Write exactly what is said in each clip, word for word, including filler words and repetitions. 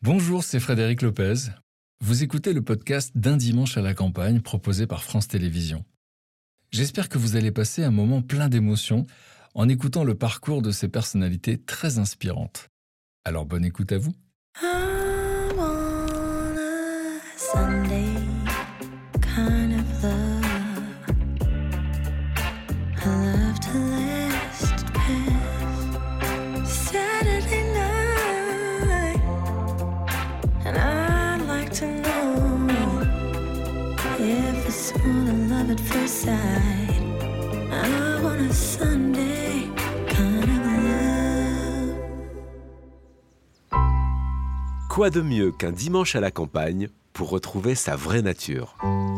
Bonjour, c'est Frédéric Lopez. Vous écoutez le podcast d'Un dimanche à la campagne proposé par France Télévisions. J'espère que vous allez passer un moment plein d'émotions en écoutant le parcours de ces personnalités très inspirantes. Alors bonne écoute à vous. I'm on a Sunday kind of love. I love to let it pass. Saturday night, and I'd like to know if it's more than love at first sight. I want a Sunday kind of love. Quoi de mieux qu'un dimanche à la campagne pour retrouver sa vraie nature ?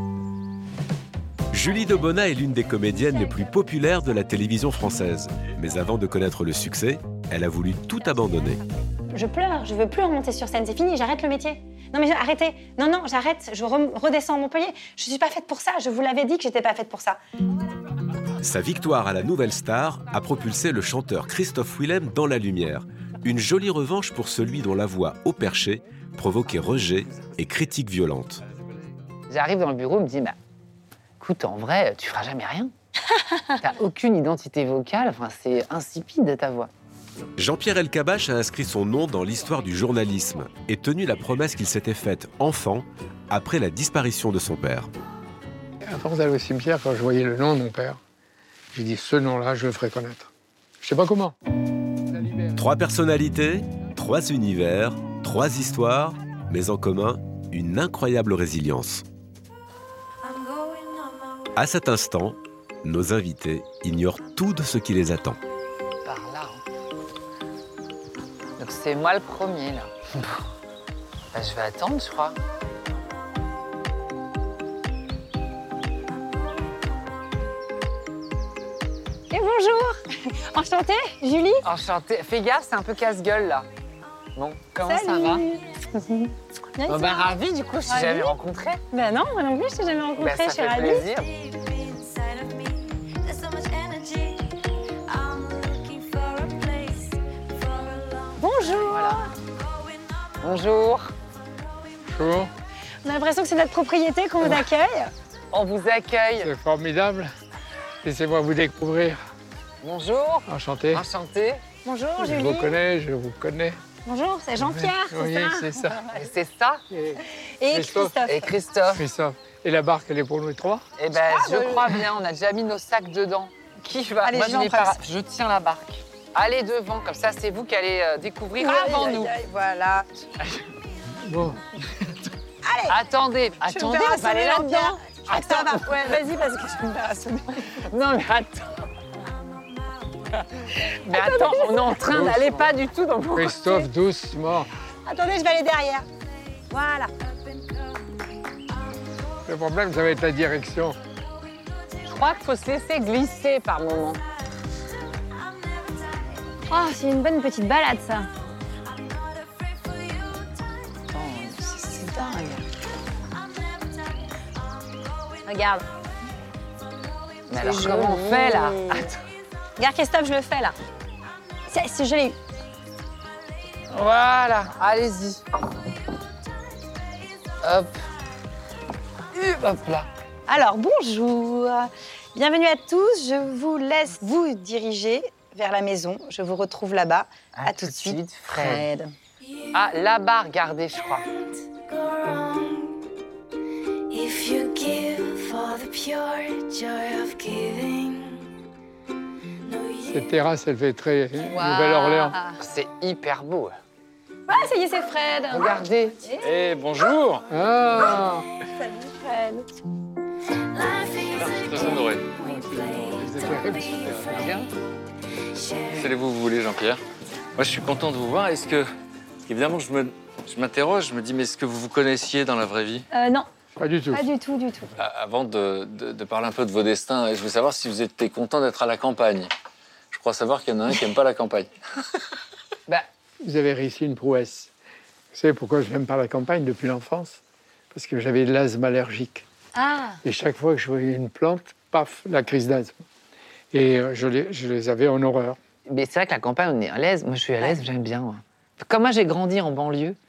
Julie Debona est l'une des comédiennes les plus populaires de la télévision française. Mais avant de connaître le succès, elle a voulu tout abandonner. Je pleure, je veux plus remonter sur scène, c'est fini, j'arrête le métier. Non mais arrêtez, non, non, j'arrête, je re- redescends à Montpellier. Je suis pas faite pour ça, je vous l'avais dit que j'étais pas faite pour ça. Sa victoire à la Nouvelle Star a propulsé le chanteur Christophe Willem dans la lumière. Une jolie revanche pour celui dont la voix au perché provoquait rejet et critiques violentes. J'arrive dans le bureau, il me dit bah, écoute, en vrai, tu feras jamais rien. T'as aucune identité vocale, enfin, c'est insipide ta voix. Jean-Pierre Elkabbach a inscrit son nom dans l'histoire du journalisme et tenu la promesse qu'il s'était faite enfant après la disparition de son père. À force d'aller au cimetière, quand je voyais le nom de mon père, j'ai dit ce nom-là, je le ferai connaître. Je sais pas comment. Trois personnalités, trois univers, trois histoires, mais en commun, une incroyable résilience. À cet instant, nos invités ignorent tout de ce qui les attend. Par là. Hein. Donc c'est moi le premier, là. Bah, je vais attendre, je crois. Et bonjour, enchantée, Julie. Enchantée. Fais gaffe, c'est un peu casse-gueule, là. Bon, comment Salut. ça va Bien, Bon, ça bah, va. ravi, du coup, je t'ai Ravie. jamais rencontré. Ben non, moi non plus, je t'ai jamais rencontré, Bah, ça je suis fait ravie. plaisir. Inside of me, there's so much energy. I'm looking for a place for a long Bonjour. Voilà. Bonjour. Bonjour, On a l'impression que c'est notre propriété qu'on vous accueille. On vous accueille. c'est formidable. Laissez-moi vous découvrir. Bonjour. Enchanté. Enchanté. Bonjour, Je Julie. vous connais, je vous connais. Bonjour, c'est Jean-Pierre, Oui, c'est c'est ça. ça. Et c'est ça. Et Et Christophe. Christophe. Et Christophe. Christophe. Et la barque, elle est pour nous trois. Eh ben, je crois bien, on a déjà mis nos sacs dedans. Qui va Allez, Moi, je je, vais n'ai en pas... face. je tiens la barque. Allez devant, comme ça, c'est vous qui allez euh, découvrir avant Aïe, aïe, nous. aïe, voilà. Bon, Attendez, Je vais attendez, me faire on va aller assommer là-dedans. là-dedans. Ah, ça Attends. va, ouais, vas-y, parce que je vais me faire assommer. Non, mais attends. Mais attends, on est en train d'aller pas du tout dans le Christophe, doucement. Attendez, je vais aller derrière. Voilà. Le problème, ça va être la direction. Je crois qu'il faut se laisser glisser par moment. Oh, c'est une bonne petite balade, ça. Attends, c'est c'est dingue. Regarde. Mais alors, joli. comment on fait, là Attends. Regarde, Christophe, je le fais, là. C'est, c'est joli. Voilà, allez-y. Hop. Hum, Hop là. Alors, bonjour. Bienvenue à tous. Je vous laisse vous diriger vers la maison. Je vous retrouve là-bas. À, tout de suite, Fred. Fred. Ah, là-bas, regardez, je crois. go wrong. If you give for the pure joy of giving. No, you Cette terrasse, elle fait très Nouvelle-Orléans. C'est hyper beau. Ah, ça y est, c'est Fred. Regardez. Eh, bonjour. Ah, Salut, Fred. life is a Ça Honoré. c'est terrible. Bien. Quel allez-vous vous voulez, Jean-Pierre? Moi, je suis content de vous voir. Est-ce que, évidemment, je me, je m'interroge, je me dis, mais est-ce que vous vous connaissiez dans la vraie vie? Euh, non, Pas du tout. pas du tout, du tout. A- Avant de, de- de parler un peu de vos destins, je veux savoir si vous étiez content d'être à la campagne. Je crois savoir qu'il y en a un qui n'aime pas la campagne. Bah, Vous avez réussi une prouesse. Vous savez pourquoi je n'aime pas la campagne depuis l'enfance? Parce que j'avais de l'asthme allergique. Ah, Et chaque fois que je voyais une plante, paf, la crise d'asthme. Et euh, je les, je les avais en horreur. mais c'est vrai que la campagne, on est à l'aise. Moi, je suis à l'aise, j'aime bien. Moi. Comme moi, j'ai grandi en banlieue,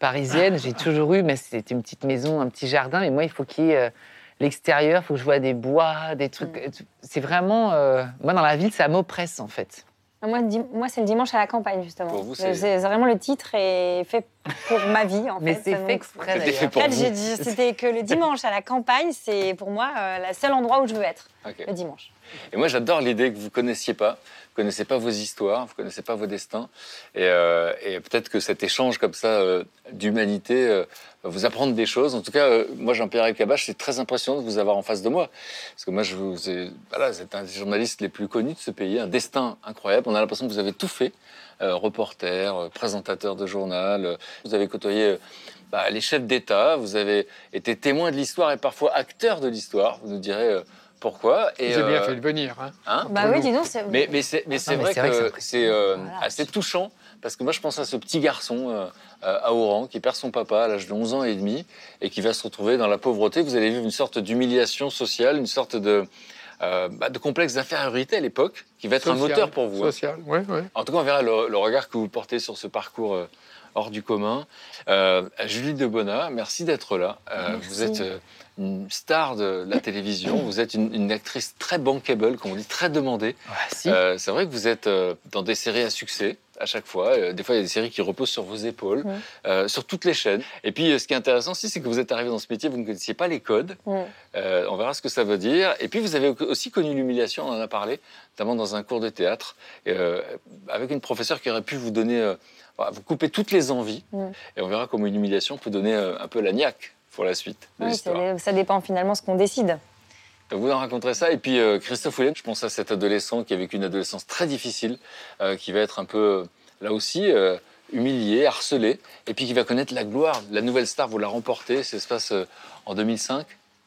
parisienne, j'ai toujours eu, mais c'était une petite maison, un petit jardin, mais moi, il faut qu'il y ait euh, l'extérieur, il faut que je vois des bois, des trucs. C'est vraiment... euh, Moi, dans la ville, ça m'oppresse, en fait. Moi, dim- moi c'est le dimanche à la campagne, justement. Pour vous, c'est... c'est- c'est vraiment le titre est fait pour ma vie, en Mais fait. c'est Donc, fait exprès, C'était fait d'ailleurs. pour En fait, vous. j'ai dit, c'était que le dimanche à la campagne, c'est pour moi euh, le seul endroit où je veux être, Ok. le dimanche. Et moi, j'adore l'idée que vous ne connaissiez pas, vous ne connaissez pas vos histoires, vous ne connaissez pas vos destins. Et, euh, et peut-être que cet échange comme ça euh, d'humanité euh, va vous apprendre des choses. En tout cas, euh, moi, Jean-Pierre Elkabbach, c'est très impressionnant de vous avoir en face de moi. Parce que moi, je vous ai, voilà, vous êtes un des journalistes les plus connus de ce pays, un destin incroyable. On a l'impression que vous avez tout fait. Euh, reporter, euh, présentateur de journal. Euh, vous avez côtoyé euh, bah, les chefs d'État. Vous avez été témoin de l'histoire et parfois acteur de l'histoire. Vous nous direz euh, pourquoi. Et, J'ai bien euh, fait de venir. Hein. hein Bah oui, dis donc, c'est... mais, mais c'est mais c'est mais vrai c'est vrai que que c'est c'est euh, Voilà. assez touchant parce que moi je pense à ce petit garçon euh, euh, à Oran qui perd son papa à l'âge de onze ans et demi et qui va se retrouver dans la pauvreté. Vous allez vivre une sorte d'humiliation sociale, une sorte de, euh, bah, de complexe d'infériorité à l'époque qui va être un Social, moteur pour vous. hein. Social, oui, oui. En tout cas, on verra le, le regard que vous portez sur ce parcours euh, hors du commun. Euh, Julie Debona, merci d'être là. Euh, Merci. vous êtes euh, une star de la télévision. Vous êtes une, une actrice très bankable, comme on dit, très demandée. Ouais, si. Euh, c'est vrai que vous êtes euh, dans des séries à succès à chaque fois. Euh, des fois, il y a des séries qui reposent sur vos épaules, Mm. euh, sur toutes les chaînes. Et puis, euh, ce qui est intéressant aussi, c'est que vous êtes arrivé dans ce métier, vous ne connaissiez pas les codes. Mm. Euh, on verra ce que ça veut dire. Et puis, vous avez aussi connu l'humiliation, on en a parlé, notamment dans un cours de théâtre, euh, avec une professeure qui aurait pu vous donner, euh, voilà, vous couper toutes les envies. Mm. Et on verra comment une humiliation peut donner euh, un peu la niaque pour la suite de Oui, l'histoire. c'est- ça dépend finalement ce qu'on décide. Donc vous en raconterez ça. Et puis euh, Christophe Willem, je pense à cet adolescent qui a vécu une adolescence très difficile, euh, qui va être un peu, euh, là aussi, euh, humilié, harcelé, et puis qui va connaître la gloire. La nouvelle star, vous la remportez, ça se passe euh, en deux mille cinq.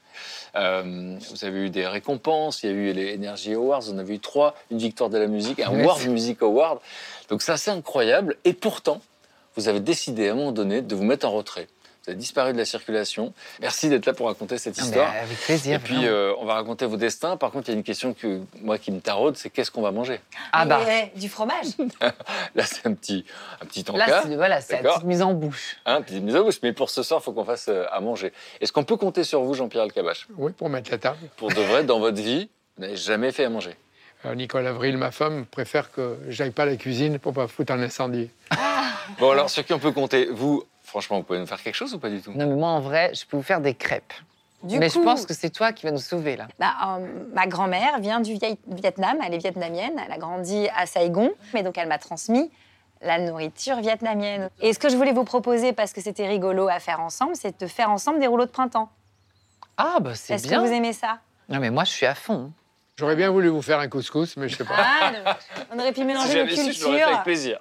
Euh, vous avez eu des récompenses, il y a eu les Energy Awards, on avait eu trois, une victoire de la musique, un Ouais, World c'est- Music Award. Donc c'est assez incroyable. Et pourtant, vous avez décidé à un moment donné de vous mettre en retrait. Vous avez disparu de la circulation. Merci d'être là pour raconter cette Non, mais histoire. avec plaisir. Et puis, vraiment. euh, on va raconter vos destins. Par contre, il y a une question que, moi, qui me taraude, c'est qu'est-ce qu'on va manger? ah bah, Et, euh, du fromage. Là, c'est un petit, un petit là, encas, c'est voilà, c'est la D'accord. petite mise en bouche. hein, petite mise à bouche. Mais pour ce soir, il faut qu'on fasse euh, à manger. Est-ce qu'on peut compter sur vous, Jean-Pierre Elkabbach? Oui, pour mettre la table. Pour de vrai, dans votre vie, vous n'avez jamais fait à manger. Euh, Nicole Avril, ma femme, préfère que j'aille pas à la cuisine pour pas foutre un incendie. Bon, alors, sur qui on peut compter? Vous, franchement, vous pouvez nous faire quelque chose ou pas du tout? Non, mais moi, en vrai, je peux vous faire des crêpes. Du mais coup, je pense que c'est toi qui vas nous sauver, là. bah, euh, ma grand-mère vient du Viet- Vietnam, elle est vietnamienne, elle a grandi à Saigon, mais donc elle m'a transmis la nourriture vietnamienne. Et ce que je voulais vous proposer, parce que c'était rigolo à faire ensemble, c'est de faire ensemble des rouleaux de printemps. Ah, bah, c'est Est-ce que bien. vous aimez ça? Non, mais moi, je suis à fond. J'aurais bien voulu vous faire un couscous, mais je sais pas. Ah, le- on aurait pu mélanger Si nos j'avais su, je l'aurais fait avec cultures. plaisir.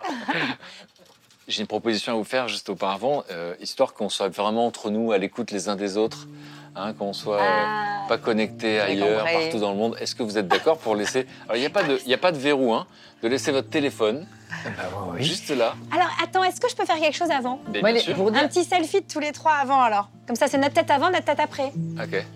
J'ai une proposition à vous faire juste auparavant, euh, histoire qu'on soit vraiment entre nous, à l'écoute les uns des autres, hein, qu'on soit euh, Ah. pas connectés J'ai ailleurs, compris. partout dans le monde. Est-ce que vous êtes d'accord pour laisser... Alors, il n'y a, pas de- il y a pas de verrou, hein, de laisser votre téléphone juste là. Alors, attends, est-ce que je peux faire quelque chose avant? Mais Moi, bien les- sûr. pour dire- Un petit selfie de tous les trois avant, alors. Comme ça, c'est notre tête avant, notre tête après. Ok.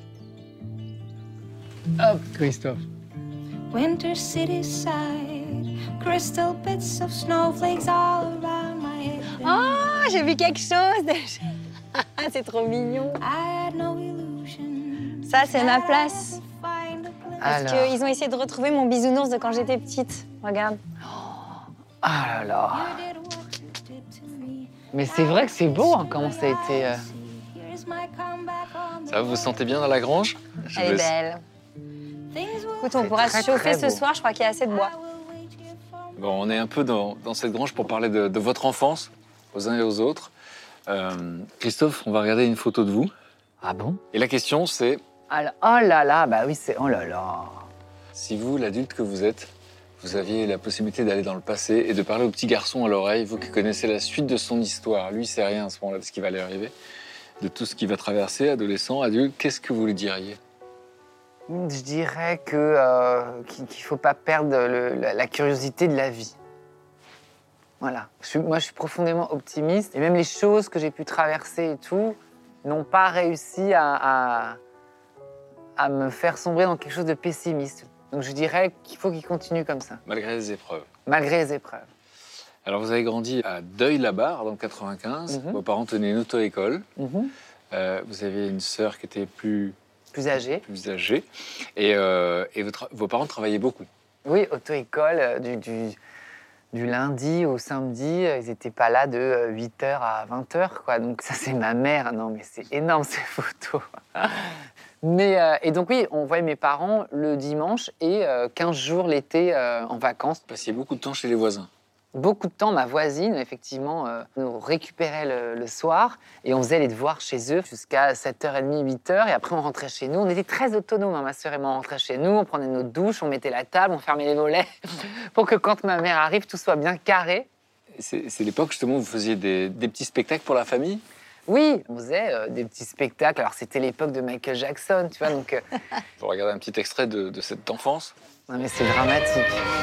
Christophe. Winter city side, crystal bits of snowflakes all around my head. Oh, j'ai vu quelque chose déjà. C'est trop mignon. I had no illusion. Ça, c'est ma place. Find a place. Parce Alors. qu'ils ont essayé de retrouver mon bisounours de quand j'étais petite. Regarde. Ah là là. You did what you did to me. Mais c'est vrai que c'est beau, hein, comment ça a été... euh, Here's my comeback on the Ça va, vous vous sentez bien dans la grange? Je Elle vous est laisse. belle. Things will Écoute, on C'est pourra très, se chauffer très ce beau. soir. Je crois qu'il y a assez de bois. I will wait here for Bon, on est un peu dans, dans cette grange pour parler de, de votre enfance, aux uns et aux autres. Euh, Christophe, on va regarder une photo de vous. Ah bon? Et la question, c'est Alors, oh là là, bah oui, c'est... Oh là là. si vous, l'adulte que vous êtes, vous aviez la possibilité d'aller dans le passé et de parler au petit garçon à l'oreille, vous qui connaissez la suite de son histoire, lui, c'est rien à ce moment-là de ce qui va lui arriver, de tout ce qu'il va traverser, adolescent, adulte, qu'est-ce que vous lui diriez? Je dirais que euh, qu'il ne faut pas perdre le- la, la curiosité de la vie. Voilà. Je suis- moi, je suis profondément optimiste. Et même les choses que j'ai pu traverser et tout n'ont pas réussi à, à, à me faire sombrer dans quelque chose de pessimiste. Donc je dirais qu'il faut qu'il continue comme ça, Malgré les épreuves. malgré les épreuves. Alors, vous avez grandi à Deuil-la-Barre, dans le quatre-vingt-quinze. Mhm. Vos parents tenaient une auto-école. Mhm. Euh, vous avez une sœur qui était plus, Plus âgé. plus âgée. Et, euh, et votre- vos parents travaillaient beaucoup. Oui, auto-école, euh, du, du, du lundi au samedi, euh, ils n'étaient pas là de euh, huit heures à vingt heures, quoi. Donc ça, c'est ma mère. Non, mais c'est énorme, ces photos. mais, euh, et donc oui, on voyait mes parents le dimanche et euh, quinze jours l'été euh, en vacances. Vous passiez beaucoup de temps chez les voisins. Beaucoup de temps, ma voisine, effectivement, euh, nous récupérait le, le soir et on faisait les devoirs chez eux jusqu'à sept heures trente, huit heures. Et après, on rentrait chez nous. On était très autonomes, hein, ma sœur et moi. On rentrait chez nous, on prenait notre douche, on mettait la table, on fermait les volets pour que quand ma mère arrive, tout soit bien carré. C'est c'est l'époque, justement, où vous faisiez des, des petits spectacles pour la famille. Oui, on faisait euh, des petits spectacles. Alors, c'était l'époque de Michael Jackson, tu vois, donc... euh, Vous regardez un petit extrait de, de cette enfance. non, mais c'est dramatique.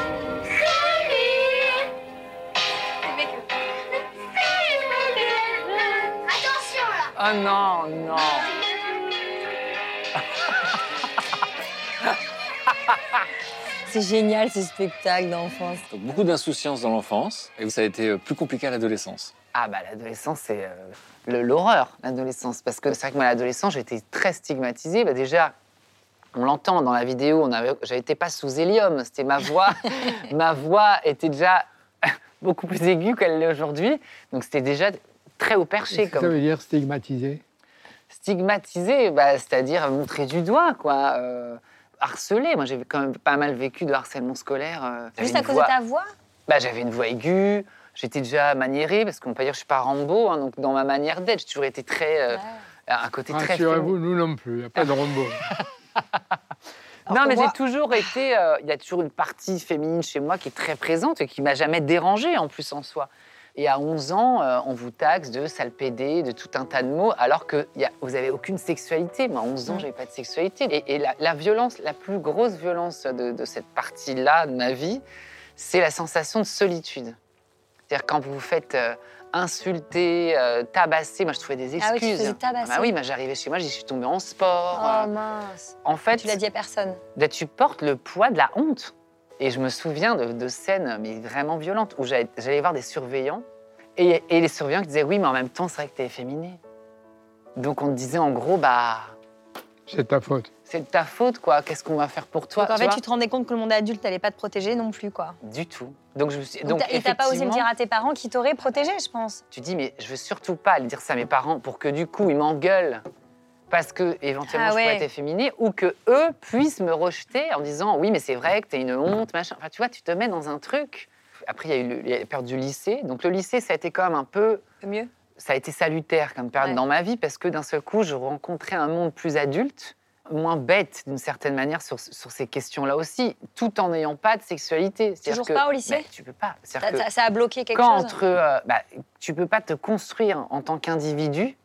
Attention là. Oh non, non. C'est génial ce spectacle d'enfance. Donc, beaucoup d'insouciance dans l'enfance. Et ça a été euh, plus compliqué à l'adolescence. Ah bah l'adolescence, c'est euh, le- l'horreur, l'adolescence. Parce que c'est vrai que moi, à l'adolescence, j'étais très stigmatisée. Bah, déjà, on l'entend dans la vidéo, on avait, j'étais pas sous hélium. C'était ma voix. ma voix était déjà beaucoup plus aiguë qu'elle l'est aujourd'hui. Donc c'était déjà très haut perché. Qu'est-ce que ça Comme... veut dire stigmatisé? Stigmatisé, bah, c'est-à-dire montrer du doigt, quoi. Euh, harcelé. Moi, j'ai quand même pas mal vécu de harcèlement scolaire. euh. J'avais Juste à une cause voix- de ta voix? Bah, j'avais une voix aiguë, j'étais déjà maniérée, parce qu'on peut dire que je suis pas Rambo, hein, donc dans ma manière d'être, j'ai toujours été très... euh, Ouais. un côté très... Rassurez-vous, nous non plus, il n'y a pas de Rambo. Non, que mais moi- j'ai toujours été... euh, Il y a toujours une partie féminine chez moi qui est très présente et qui m'a jamais dérangée, en plus, en soi. Et à onze ans, euh, on vous taxe de sale pédé, de tout un tas de mots, alors que y a, vous n'avez aucune sexualité. Moi, à onze ans, Mm. j'avais pas de sexualité. Et, et la, la violence, la plus grosse violence de, de cette partie-là de ma vie, c'est la sensation de solitude. C'est-à-dire quand vous vous faites euh, insulter, euh, tabasser, moi je trouvais des excuses. Ah oui, tu te faisais tabasser. Ah bah oui, moi j'arrivais chez moi, je suis tombée en sport. Oh euh, mince. en fait, Tu l'as dit à personne. bah, tu portes le poids de la honte. Et je me souviens de, de scènes mais vraiment violentes où j'allais j'allais voir des surveillants et, et les surveillants qui disaient oui, mais en même temps, c'est vrai que t'es efféminée. Donc on te disait en gros, bah, C'est de ta faute. c'est de ta faute, quoi. Qu'est-ce qu'on va faire pour toi Donc en tu fait, vois tu te rendais compte que le monde adulte n'allait pas te protéger non plus, quoi. Du tout. Donc je me suis. Donc, Donc, t'as- et t'as pas osé le effectivement, dire à tes parents qui t'auraient protégé, je pense. Tu dis, mais je veux surtout pas aller dire ça à mes parents pour que du coup ils m'engueulent parce que éventuellement Ah je ouais. pourrais être efféminée ou que eux puissent me rejeter en disant oui mais c'est vrai que t'es une honte machin. Enfin tu vois tu te mets dans un truc. Après il y a eu le- il y a la période du lycée. Donc le lycée ça a été quand même un peu Mieux. ça a été salutaire comme période Ouais. dans ma vie parce que d'un seul coup je rencontrais un monde plus adulte, moins bête d'une certaine manière sur, sur ces questions-là aussi, tout en n'ayant pas de sexualité. C'est-à-dire Toujours que, pas au lycée bah, tu peux pas. Ça, C'est-à-dire que- ça- ça a bloqué quelque quand chose. entre, euh, bah, tu peux pas te construire en tant qu'individu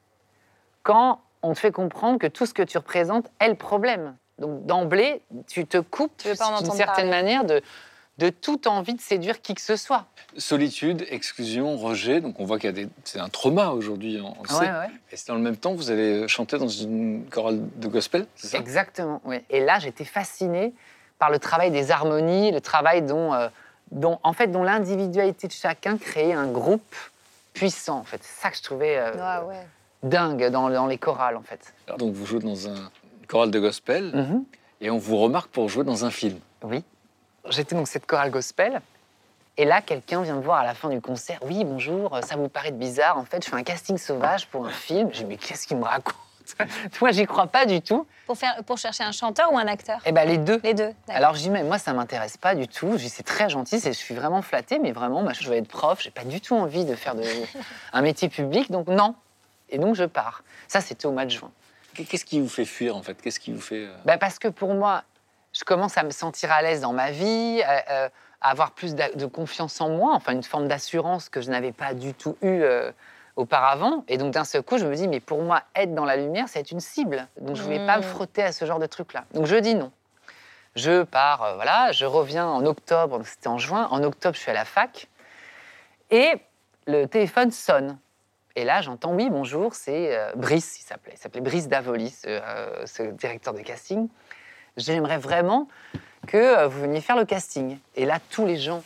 quand on te fait comprendre que tout ce que tu représentes est le problème. Donc d'emblée, tu te coupes Tu veux pas en d'une entendre certaine parler. manière de, de toute envie de séduire qui que ce soit. Solitude, exclusion, rejet. Donc on voit qu'il y a des... C'est un trauma aujourd'hui, on le sait. Et c'est dans le même temps, vous allez chanter dans une chorale de gospel, c'est ça? Exactement, oui. Et là, j'étais fascinée par le travail des harmonies, le travail dont, euh, dont, en fait, dont l'individualité de chacun créait un groupe puissant. En fait, c'est ça que je trouvais euh, Ah ouais. dingue dans, dans les chorales, en fait. Alors, donc vous jouez dans un une chorale de gospel Mhm. et on vous remarque pour jouer dans un film. Oui. J'étais dans cette chorale gospel. Et là, quelqu'un vient me voir à la fin du concert. Oui, bonjour, ça vous paraît bizarre. En fait, je fais un casting sauvage pour un film. Je dis, mais qu'est-ce qu'il me raconte? Moi, j'y crois pas du tout. Pour, faire, pour chercher un chanteur ou un acteur? Eh ben les deux. Les deux. d'accord. Alors, je dis, mais moi, ça m'intéresse pas du tout. Je dis, c'est très gentil, c'est- je suis vraiment flattée, mais vraiment, moi, je veux être prof. J'ai pas du tout envie de faire de, un métier public, donc non. Et donc, je pars. Ça, c'était au mois de juin. Qu'est-ce qui vous fait fuir, en fait? Qu'est-ce qui vous fait... euh, Bah, parce que pour moi, je commence à me sentir à l'aise dans ma vie, euh, euh, à avoir plus d'a- de confiance en moi, enfin une forme d'assurance que je n'avais pas du tout eue euh, auparavant. Et donc d'un seul coup, je me dis, mais pour moi, être dans la lumière, c'est être une cible. Donc je ne voulais pas me Mm. frotter à ce genre de truc-là. Donc je dis non. Je pars, euh, voilà, je reviens en octobre, donc c'était en juin. En octobre, je suis à la fac. Et le téléphone sonne. Et là, j'entends, oui, bonjour, c'est euh, Brice, il s'appelait. Il s'appelait Brice Davoli, ce, euh, ce directeur de casting. J'aimerais vraiment que euh, vous veniez faire le casting. Et là, tous les gens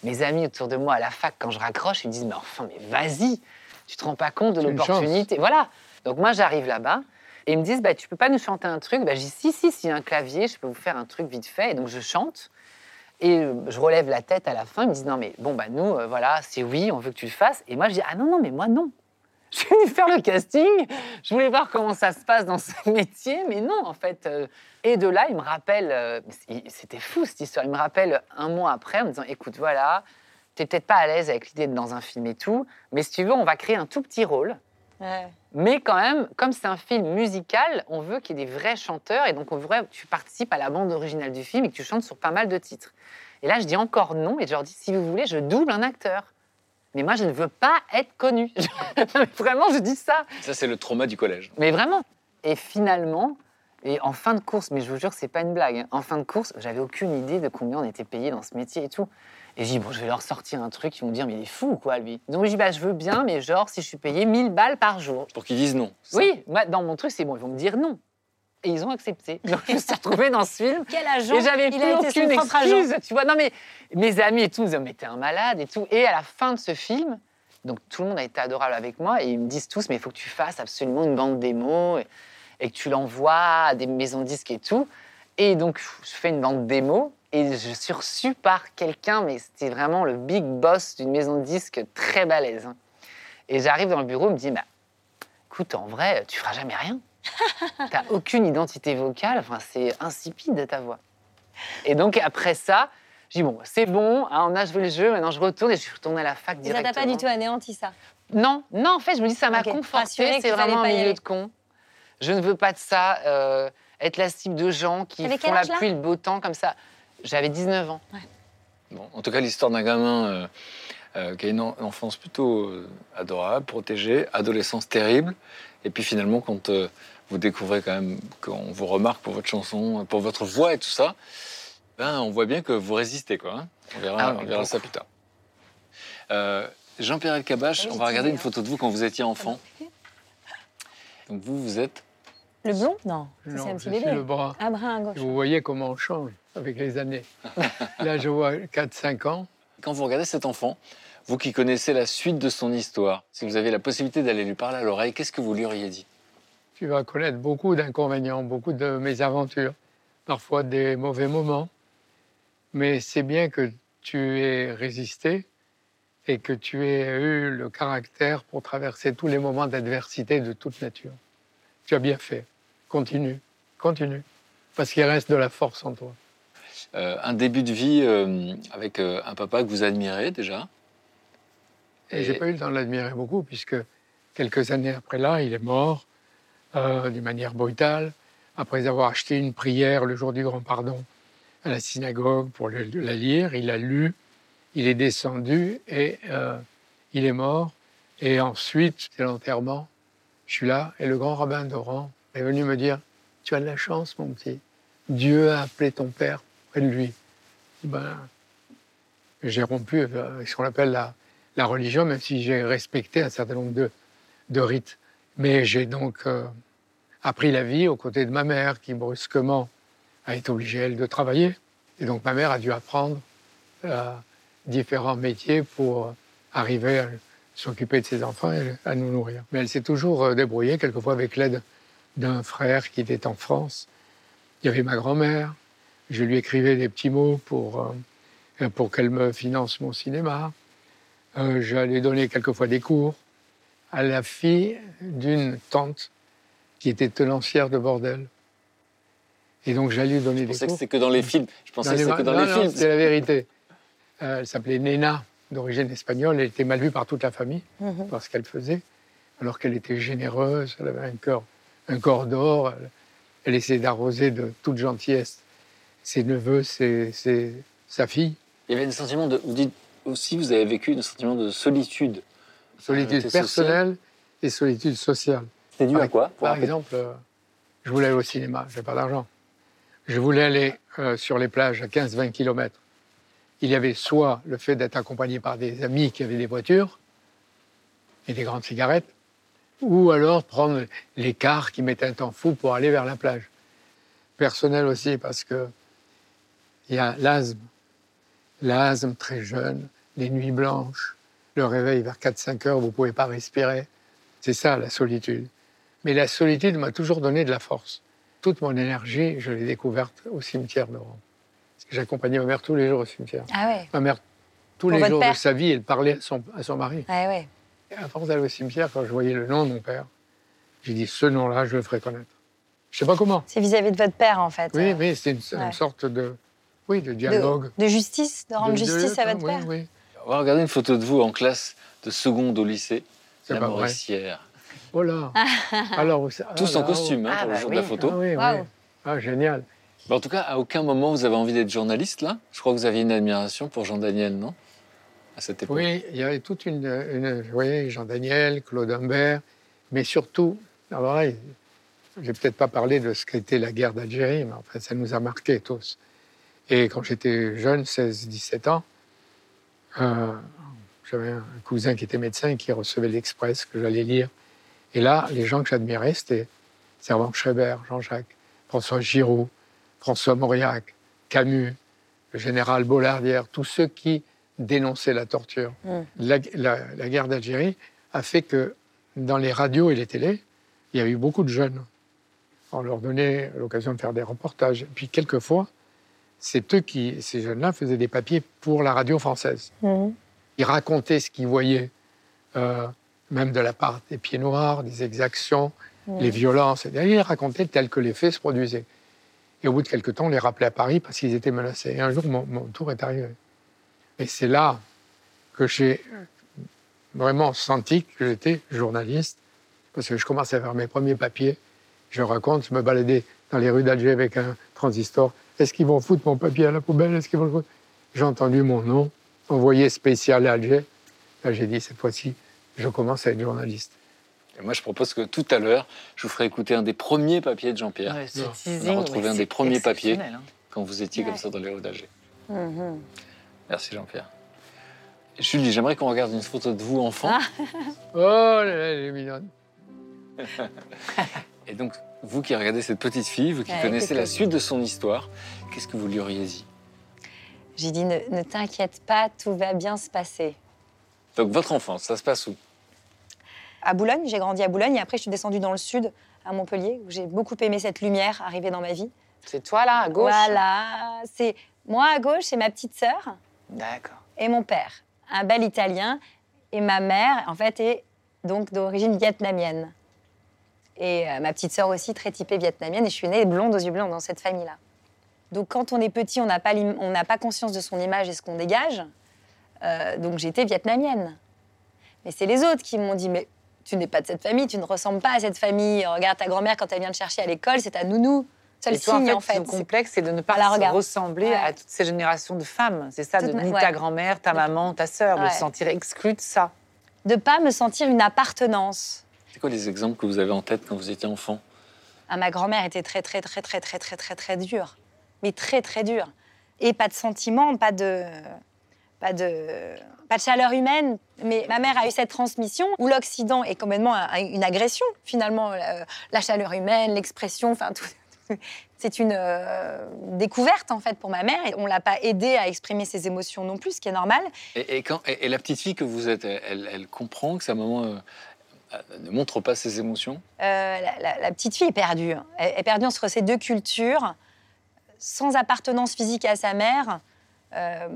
mes amis autour de moi à la fac, quand je raccroche, ils me disent « Mais enfin, mais vas-y, tu te rends pas compte de C'est une l'opportunité. » Voilà. Donc moi, j'arrive là-bas et ils me disent bah, « Tu peux pas nous chanter un truc ?» Bah, je dis « Si, si, s'il y a un clavier, je peux vous faire un truc vite fait. » Et donc je chante et euh, je relève la tête à la fin. Ils me disent « Non, mais bon, bah nous, euh, voilà, c'est oui, on veut que tu le fasses. » Et moi, je dis « Ah non, non, mais moi, non. Je suis venue faire le casting. Je voulais voir comment ça se passe dans ce métier, mais non, en fait. euh, Et de là, il me rappelle, euh, c'était fou cette histoire, il me rappelle un mois après en me disant « Écoute, voilà, t'es peut-être pas à l'aise avec l'idée d'être dans un film et tout, mais si tu veux, on va créer un tout petit rôle. Ouais. Mais quand même, comme c'est un film musical, on veut qu'il y ait des vrais chanteurs et donc on voudrait que tu participes à la bande originale du film et que tu chantes sur pas mal de titres. » Et là, je dis encore non et je leur dis « Si vous voulez, je double un acteur. Mais moi, je ne veux pas être connue. » Vraiment, je dis ça. Ça, c'est le trauma du collège. Mais vraiment. Et finalement, et en fin de course, mais je vous jure que c'est pas une blague, hein, en fin de course, j'avais aucune idée de combien on était payé dans ce métier et tout. Et je dis, bon, je vais leur sortir un truc, ils vont me dire, mais il est fou, quoi, lui. Donc je dis, bah, je veux bien, mais genre, si je suis payé mille balles par jour. Pour qu'ils disent non. ça. Oui, moi, dans mon truc, c'est bon, ils vont me dire non. Et ils ont accepté. Donc je me suis retrouvée dans ce film. Quel agent Et j'avais Il plus a été son aucune propre agent. excuse, tu vois. Non, mais mes amis et tout, ils me disaient, mais t'es un malade et tout. Et à la fin de ce film, donc tout le monde a été adorable avec moi et ils me disent tous, mais il faut que tu fasses absolument une bande démo et, et que tu l'envoies à des maisons de disques et tout. Et donc, je fais une bande démo et je suis reçue par quelqu'un, mais c'était vraiment le big boss d'une maison de disques très balèze. hein. Et j'arrive dans le bureau, il me dit, bah, écoute, en vrai, tu feras jamais rien. T'as aucune identité vocale, enfin, c'est insipide ta voix. Et donc, après ça, je dis, bon, c'est bon, hein, on a joué le jeu, maintenant je retourne et je suis retournée à la fac Et ça directement. t'a pas du tout anéanti, ça? Non, non, en fait, je me dis, ça m'a Ok, rassurée confortée, que c'est tu fallait vraiment un pas y milieu aller. de con. Je ne veux pas de ça, euh, être la cible de gens qui T'avais font quel la âge, là pluie, le beau temps, comme ça. J'avais dix-neuf ans. Bon, en tout cas, l'histoire d'un gamin euh, euh, qui a une en- enfance plutôt euh, adorable, protégée, adolescence terrible, et puis finalement, quand euh, vous découvrez quand même qu'on vous remarque pour votre chanson, pour votre voix et tout ça, ben, on voit bien que vous résistez, quoi. hein. On verra, Ah oui, on verra ça plus tard. Euh, Jean-Pierre Elkabbach, on va regarder une photo de vous quand vous étiez enfant. Donc vous, vous êtes... Le blond? Non, ça, c'est Non, un je petit suis bébé. le bras. Un brin à gauche. Et vous voyez comment on change avec les années. Là, je vois quatre cinq ans. Quand vous regardez cet enfant, vous qui connaissez la suite de son histoire, si vous avez la possibilité d'aller lui parler à l'oreille, qu'est-ce que vous lui auriez dit? Tu vas connaître beaucoup d'inconvénients, beaucoup de mésaventures, parfois des mauvais moments. Mais c'est bien que tu aies résisté et que tu aies eu le caractère pour traverser tous les moments d'adversité de toute nature. Tu as bien fait. Continue, continue. Parce qu'il reste de la force en toi. Euh, un début de vie euh, avec euh, un papa que vous admirez déjà. Et, j'ai pas eu le temps de l'admirer beaucoup, puisque quelques années après là, il est mort euh, d'une manière brutale, après avoir acheté une prière le jour du Grand Pardon à la synagogue pour le- la lire. Il l'a lu, il est descendu et euh, il est mort. Et ensuite, c'est l'enterrement. Je suis là et le grand rabbin d'Oran est venu me dire « Tu as de la chance, mon petit. Dieu a appelé ton père près de lui. » Ben, j'ai rompu avec ce qu'on appelle la, la religion, même si j'ai respecté un certain nombre de, de rites. Mais j'ai donc euh, appris la vie aux côtés de ma mère, qui brusquement a été obligée, elle, de travailler. Et donc ma mère a dû apprendre euh, différents métiers pour arriver à s'occuper de ses enfants et à nous nourrir. Mais elle s'est toujours euh, débrouillée, quelquefois avec l'aide d'un frère qui était en France. Il y avait ma grand-mère. Je lui écrivais des petits mots pour, euh, pour qu'elle me finance mon cinéma. Euh, J'allais donner quelquefois des cours à la fille d'une tante qui était tenancière de bordel. Et donc j'allais lui donner Je des pensais que cours. c'était que dans les films. Je pensais Dans que les c'était que ma- dans non, les non, films. c'est la vérité. Euh, elle s'appelait Nena, d'origine espagnole. Elle était mal vue par toute la famille, Mhm. par ce qu'elle faisait, alors qu'elle était généreuse, elle avait un cœur, un corps d'or. Elle, elle essayait d'arroser de toute gentillesse ses neveux, ses, ses- sa fille. Il y avait un sentiment de... Vous dites aussi, vous avez vécu un sentiment de solitude. Solitude Solitude personnelle et solitude sociale. C'était dû Par- à quoi pour Par rappeler- exemple, euh, je voulais aller au cinéma, je n'avais pas d'argent. Je voulais aller euh, sur les plages à quinze vingt kilomètres. Il y avait soit le fait d'être accompagné par des amis qui avaient des voitures et des grandes cigarettes, ou alors prendre les cars qui mettaient un temps fou pour aller vers la plage. Personnel aussi, parce que il y a l'asthme. L'asthme très jeune, des nuits blanches, le réveil vers quatre cinq heures, vous ne pouvez pas respirer. C'est ça, la solitude. Mais la solitude m'a toujours donné de la force. Toute mon énergie, je l'ai découverte au cimetière de Rome. Parce que j'accompagnais ma mère tous les jours au cimetière. Ah ouais. Ma mère, tous Pour les votre jours père. de sa vie, elle parlait à son, à son mari. Ouais, ouais. Et à force d'aller au cimetière, quand je voyais le nom de mon père, j'ai dit, ce nom-là, je le ferai connaître. Je ne sais pas comment. C'est vis-à-vis de votre père, en fait. Oui, euh, mais c'est une, ouais. une sorte de, oui, de de, dialogue. de justice, de rendre De- de- justice à votre oui, père. oui. On va regarder une photo de vous en classe de seconde au lycée, C'est la pas vrai. Mauricière. Oh là. Alors, vous- ah Tous là, en costume hein, Ah, pour le bah jour oui. de la photo. Ah oui, Waouh. oui. Ah, génial. Mais en tout cas, à aucun moment vous avez envie d'être journaliste, là. Je crois que vous aviez une admiration pour Jean Daniel, non? À cette époque. Oui, il y avait toute une, une vous voyez, Jean Daniel, Claude Humbert, mais surtout, alors là, je n'ai peut-être pas parlé de ce qu'était la guerre d'Algérie, mais enfin, ça nous a marqués tous. Et quand j'étais jeune, seize dix-sept ans, euh, j'avais un cousin qui était médecin et qui recevait l'Express que j'allais lire. Et là, les gens que j'admirais, c'était Servan Schreiber, Jean-Jacques, François Giroud, François Mauriac, Camus, le général Bollardière, tous ceux qui dénonçaient la torture. Mm. La, la- la guerre d'Algérie a fait que dans les radios et les télés, il y a eu beaucoup de jeunes. On leur donnait l'occasion de faire des reportages. Et puis quelquefois, c'est eux qui, ces jeunes-là, faisaient des papiers pour la radio française. Mhm. Ils racontaient ce qu'ils voyaient, euh, même de la part des pieds noirs, des exactions, Mhm. les violences. Et ils racontaient tel que les faits se produisaient. Et au bout de quelques temps, on les rappelait à Paris parce qu'ils étaient menacés. Et un jour, mon, mon tour est arrivé. Et c'est là que j'ai vraiment senti que j'étais journaliste, parce que je commençais à faire mes premiers papiers. Je raconte, je me baladais dans les rues d'Alger avec un transistor. Est-ce qu'ils vont foutre mon papier à la poubelle? Est-ce qu'ils vont le foutre? J'ai entendu mon nom, envoyé spécial à Alger. Là, j'ai dit, cette fois-ci, je commence à être journaliste. Et moi, je propose que tout à l'heure, je vous ferai écouter un des premiers papiers de Jean-Pierre, Ouais, ce Non. teasing, On a retrouvé mais un des c'est premiers papiers. exceptionnel, hein. quand vous étiez Ouais. comme ça dans les rues d'Alger. Mhm. Merci Jean-Pierre. Julie, j'aimerais qu'on regarde une photo de vous enfant. Ah. Oh là là, elle est mignonne. Et donc, vous qui regardez cette petite fille, vous qui Ouais, connaissez écoute. la suite de son histoire, qu'est-ce que vous lui auriez dit? J'ai dit, ne, ne t'inquiète pas, tout va bien se passer. Donc, votre enfance, ça se passe où? À Boulogne, j'ai grandi à Boulogne et après je suis descendue dans le sud, à Montpellier, où j'ai beaucoup aimé cette lumière arriver dans ma vie. C'est toi, là, à gauche? Voilà, c'est moi à gauche, c'est ma petite sœur D'accord. et mon père, un bel Italien, et ma mère, en fait, est donc d'origine vietnamienne. Et euh, ma petite sœur aussi, très typée vietnamienne, et je suis née blonde aux yeux blancs dans cette famille-là. Donc quand on est petit, on n'a pas, l'im- on n'a pas conscience de son image et ce qu'on dégage. Euh, donc j'étais vietnamienne. Mais c'est les autres qui m'ont dit, mais tu n'es pas de cette famille, tu ne ressembles pas à cette famille. Regarde ta grand-mère quand elle vient te chercher à l'école, c'est ta nounou. Seul Et toi, signe, en en fait, fait. ton complexe, c'est de ne pas Voilà, se regarde. ressembler Ouais. à toutes ces générations de femmes. C'est ça, de Toute ma- ni ouais. ta grand-mère, ta De- maman, ta sœur, de Ouais. se sentir exclue de ça. De pas me sentir une appartenance. C'est quoi les exemples que vous avez en tête quand vous étiez enfant? Ah, ma grand-mère était très, très, très, très, très, très, très, très dure. Mais très, très dure. Et pas de sentiments, pas de... Pas de... Pas de chaleur humaine. Mais ma mère a eu cette transmission où l'Occident est complètement un- un- une agression, finalement. Euh, la chaleur humaine, l'expression, enfin, tout... C'est une euh, découverte, en fait, pour ma mère. Et on ne l'a pas aidée à exprimer ses émotions non plus, ce qui est normal. Et, et quand, et, et la petite fille que vous êtes, elle, elle comprend que sa maman euh, euh, ne montre pas ses émotions? Euh, la, la- la petite fille est perdue. Elle est perdue entre ces deux cultures, sans appartenance physique à sa mère. Euh,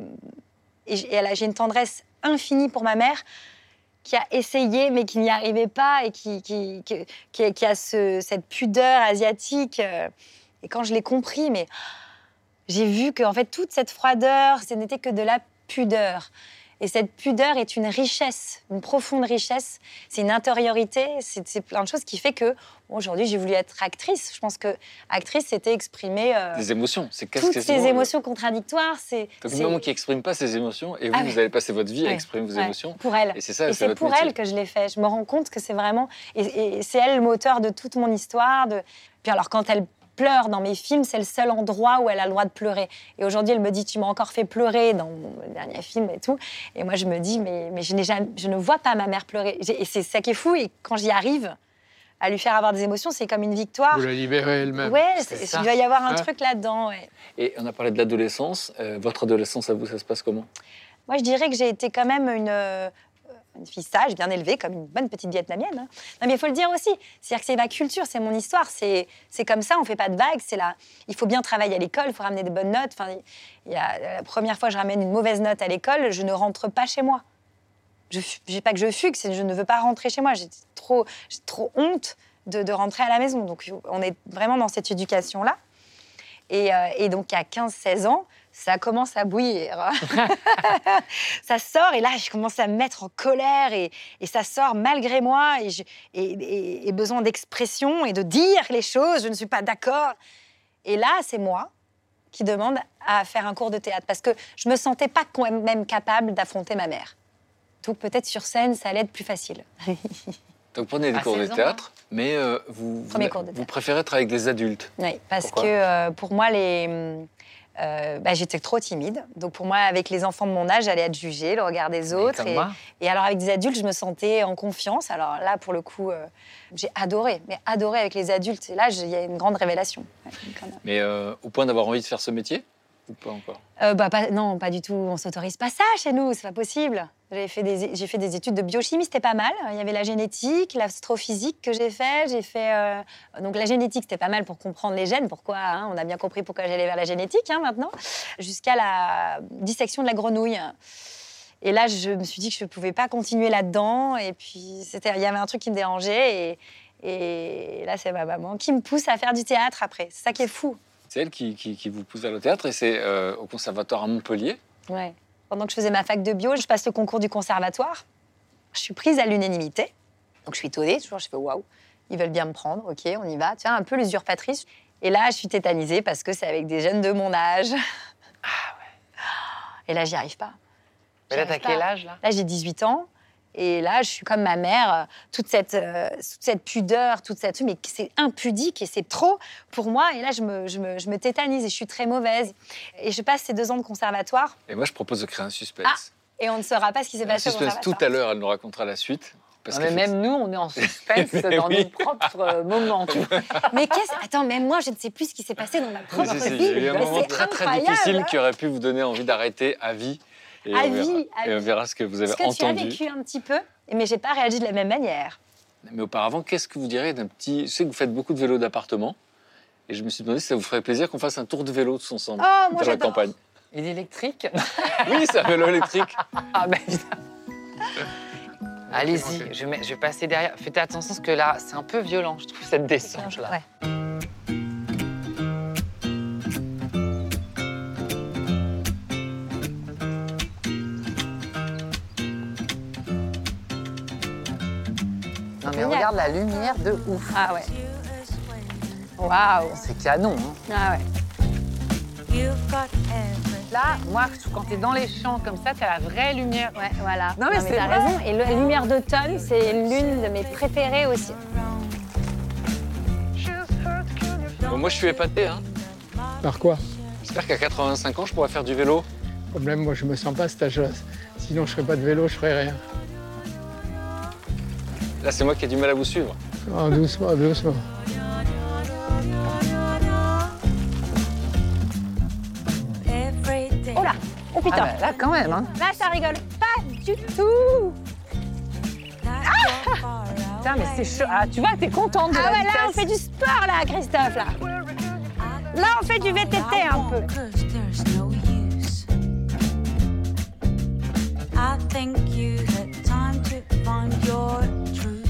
et j- et elle a- j'ai une tendresse infinie pour ma mère, qui a essayé, mais qui n'y arrivait pas, et qui, qui, qui, qui- qui a ce- cette pudeur asiatique. euh, Et quand je l'ai compris, mais j'ai vu que en fait, toute cette froideur, ce n'était que de la pudeur. Et cette pudeur est une richesse, une profonde richesse. C'est une intériorité, c'est c'est plein de choses qui fait que bon, aujourd'hui j'ai voulu être actrice. Je pense que actrice, c'était exprimer euh, Des émotions, c'est qu'est-ce toutes que ces émotions contradictoires. C'est Donc c'est- une maman qui exprime pas ses émotions, et vous, Ah ouais. vous allez passer votre vie à Ouais. exprimer vos Ouais, émotions. pour elle. Et c'est ça, Et c'est c'est votre pour métier. elle que je l'ai fait. Je me rends compte que c'est vraiment... Et, et c'est elle le moteur de toute mon histoire. De... Puis alors, quand elle pleure dans mes films, c'est le seul endroit où elle a le droit de pleurer. Et aujourd'hui, elle me dit, tu m'as encore fait pleurer dans mon dernier film et tout. Et moi, je me dis, mais, mais je, n'ai jamais, je ne vois pas ma mère pleurer. J'ai- Et c'est ça qui est fou. Et quand j'y arrive, à lui faire avoir des émotions, c'est comme une victoire. Vous la libérez elle-même. Ouais, c'est c'est- ça. il doit y avoir un Hein truc là-dedans. Ouais. Et on a parlé de l'adolescence. Euh, votre adolescence, à vous, ça se passe comment? Moi, je dirais que j'ai été quand même une, euh, une fille sage, bien élevée, comme une bonne petite vietnamienne. hein. Non, mais il faut le dire aussi. C'est-à-dire que c'est ma culture, c'est mon histoire. C'est, c'est comme ça, on ne fait pas de vagues. C'est là. Il faut bien travailler à l'école, il faut ramener des bonnes notes. Enfin, il y a, la première fois que je ramène une mauvaise note à l'école, je ne rentre pas chez moi. Je n'ai pas que je fugue, c'est que je ne veux pas rentrer chez moi. J'ai trop, j'ai trop honte de, de rentrer à la maison. Donc, on est vraiment dans cette éducation-là. Et, euh, et donc, à quinze seize ans, ça commence à bouillir. Ça sort, et là, je commence à me mettre en colère, et, et ça sort malgré moi, et, je, et, et, et besoin d'expression et de dire les choses, je ne suis pas d'accord. Et là, c'est moi qui demande à faire un cours de théâtre, parce que je ne me sentais pas quand même capable d'affronter ma mère. Donc peut-être sur scène, ça allait être plus facile. Donc prenez des À cours de seize ans, théâtre, mais euh, vous, vous, Premier cours de vous théâtre. préférez être avec des adultes. Oui, parce Pourquoi que euh, pour moi, les, euh, bah, j'étais trop timide. Donc pour moi, avec les enfants de mon âge, j'allais être jugée, le regard des autres. comme Et, moi. et alors avec des adultes, je me sentais en confiance. Alors là, pour le coup, euh, j'ai adoré, mais adoré avec les adultes. Et là, il y a une grande révélation. Ouais, quand même. Mais euh, au point d'avoir envie de faire ce métier ou pas encore? Euh, bah, pas- non, pas du tout. On s'autorise pas ça chez nous, c'est pas possible. J'ai fait des, j'ai fait des études de biochimie, c'était pas mal. Il y avait la génétique, l'astrophysique que j'ai fait. J'ai fait euh, donc la génétique, c'était pas mal pour comprendre les gènes. Pourquoi hein, on a bien compris pourquoi j'allais vers la génétique hein, maintenant, jusqu'à la dissection de la grenouille. Et là, je me suis dit que je ne pouvais pas continuer là-dedans. Et puis, c'était, il y avait un truc qui me dérangeait. Et, et là, c'est ma maman qui me pousse à faire du théâtre après. C'est ça qui est fou. C'est elle qui, qui, qui vous pousse vers le théâtre, et c'est euh, au conservatoire à Montpellier. Ouais. Pendant que je faisais ma fac de bio, je passe le concours du conservatoire. Je suis prise à l'unanimité. Donc je suis étonnée, toujours, je fais waouh, ils veulent bien me prendre, ok, on y va. Tu vois, un peu l'usurpatrice. Et là, je suis tétanisée parce que c'est avec des jeunes de mon âge. Ah ouais. Et là, j'y arrive pas. Mais là, J'y t'as arrive quel pas. âge, là? Là, j'ai dix-huit ans. Et là, je suis comme ma mère, euh, toute cette, euh, toute cette pudeur, toute cette... Mais c'est impudique et c'est trop pour moi. Et là, je me, je, me, je me tétanise et je suis très mauvaise. Et je passe ces deux ans de conservatoire Et moi, je propose de créer un suspense. Ah, et on ne saura pas ce qui s'est un passé au suspense, conservatoire. tout à l'heure, elle nous racontera la suite. Parce Non, mais même nous, on est en suspense Mais dans oui. nos propres euh, moments, tu vois. Mais qu'est-ce... Attends, même moi, je ne sais plus ce qui s'est passé dans ma Oui, propre si, si, vie. il y a eu un Mais moment c'est très, très incroyable, difficile hein. qui aurait pu vous donner envie d'arrêter à vie. Et À on verra, vie, à et on vie. verra ce que vous avez Est-ce que tu as entendu. vécu un petit peu, mais j'ai pas réagi de la même manière. Mais auparavant, qu'est-ce que vous diriez d'un petit... Je sais que vous faites beaucoup de vélos d'appartement. Et je me suis demandé si ça vous ferait plaisir qu'on fasse un tour de vélo tous ensemble Oh, moi, dans la j'adore. campagne. Il est électrique. Oui, c'est un vélo électrique. Ah ben putain. Allez-y, je, vais- je vais passer derrière. Faites attention parce que là, c'est un peu violent, je trouve, cette descente là. Ouais. Non mais Génial. regarde la lumière de ouf. Ah ouais. Waouh. C'est canon. Hein. Ah ouais. You've got everything. Là, moi, je trouve quand t'es dans les champs comme ça, t'as la vraie lumière. Ouais, voilà. Non, mais c'est t'as vrai. raison. Et la lumière d'automne, c'est l'une de mes préférées aussi. Bon, moi, je suis épaté. Hein. Par quoi? J'espère qu'à quatre-vingt-cinq ans, je pourrai faire du vélo. Problème, moi, je me sens pas à cet âge-là. Sinon, je ferais pas de vélo, je ferais rien. Là, c'est moi qui ai du mal à vous suivre. Oh, doucement, doucement. Every day. Oh là. Oh Ah putain. bah, là, quand même. Hein. Là, ça rigole pas du tout. Putain, mais c'est chaud. Ah, tu vois, t'es contente de Ah la ouais, là, on vitesse. fait du sport, là, Christophe, là. Là, on fait du V T T un peu. Cause there's no use. I think you had time to find your truth.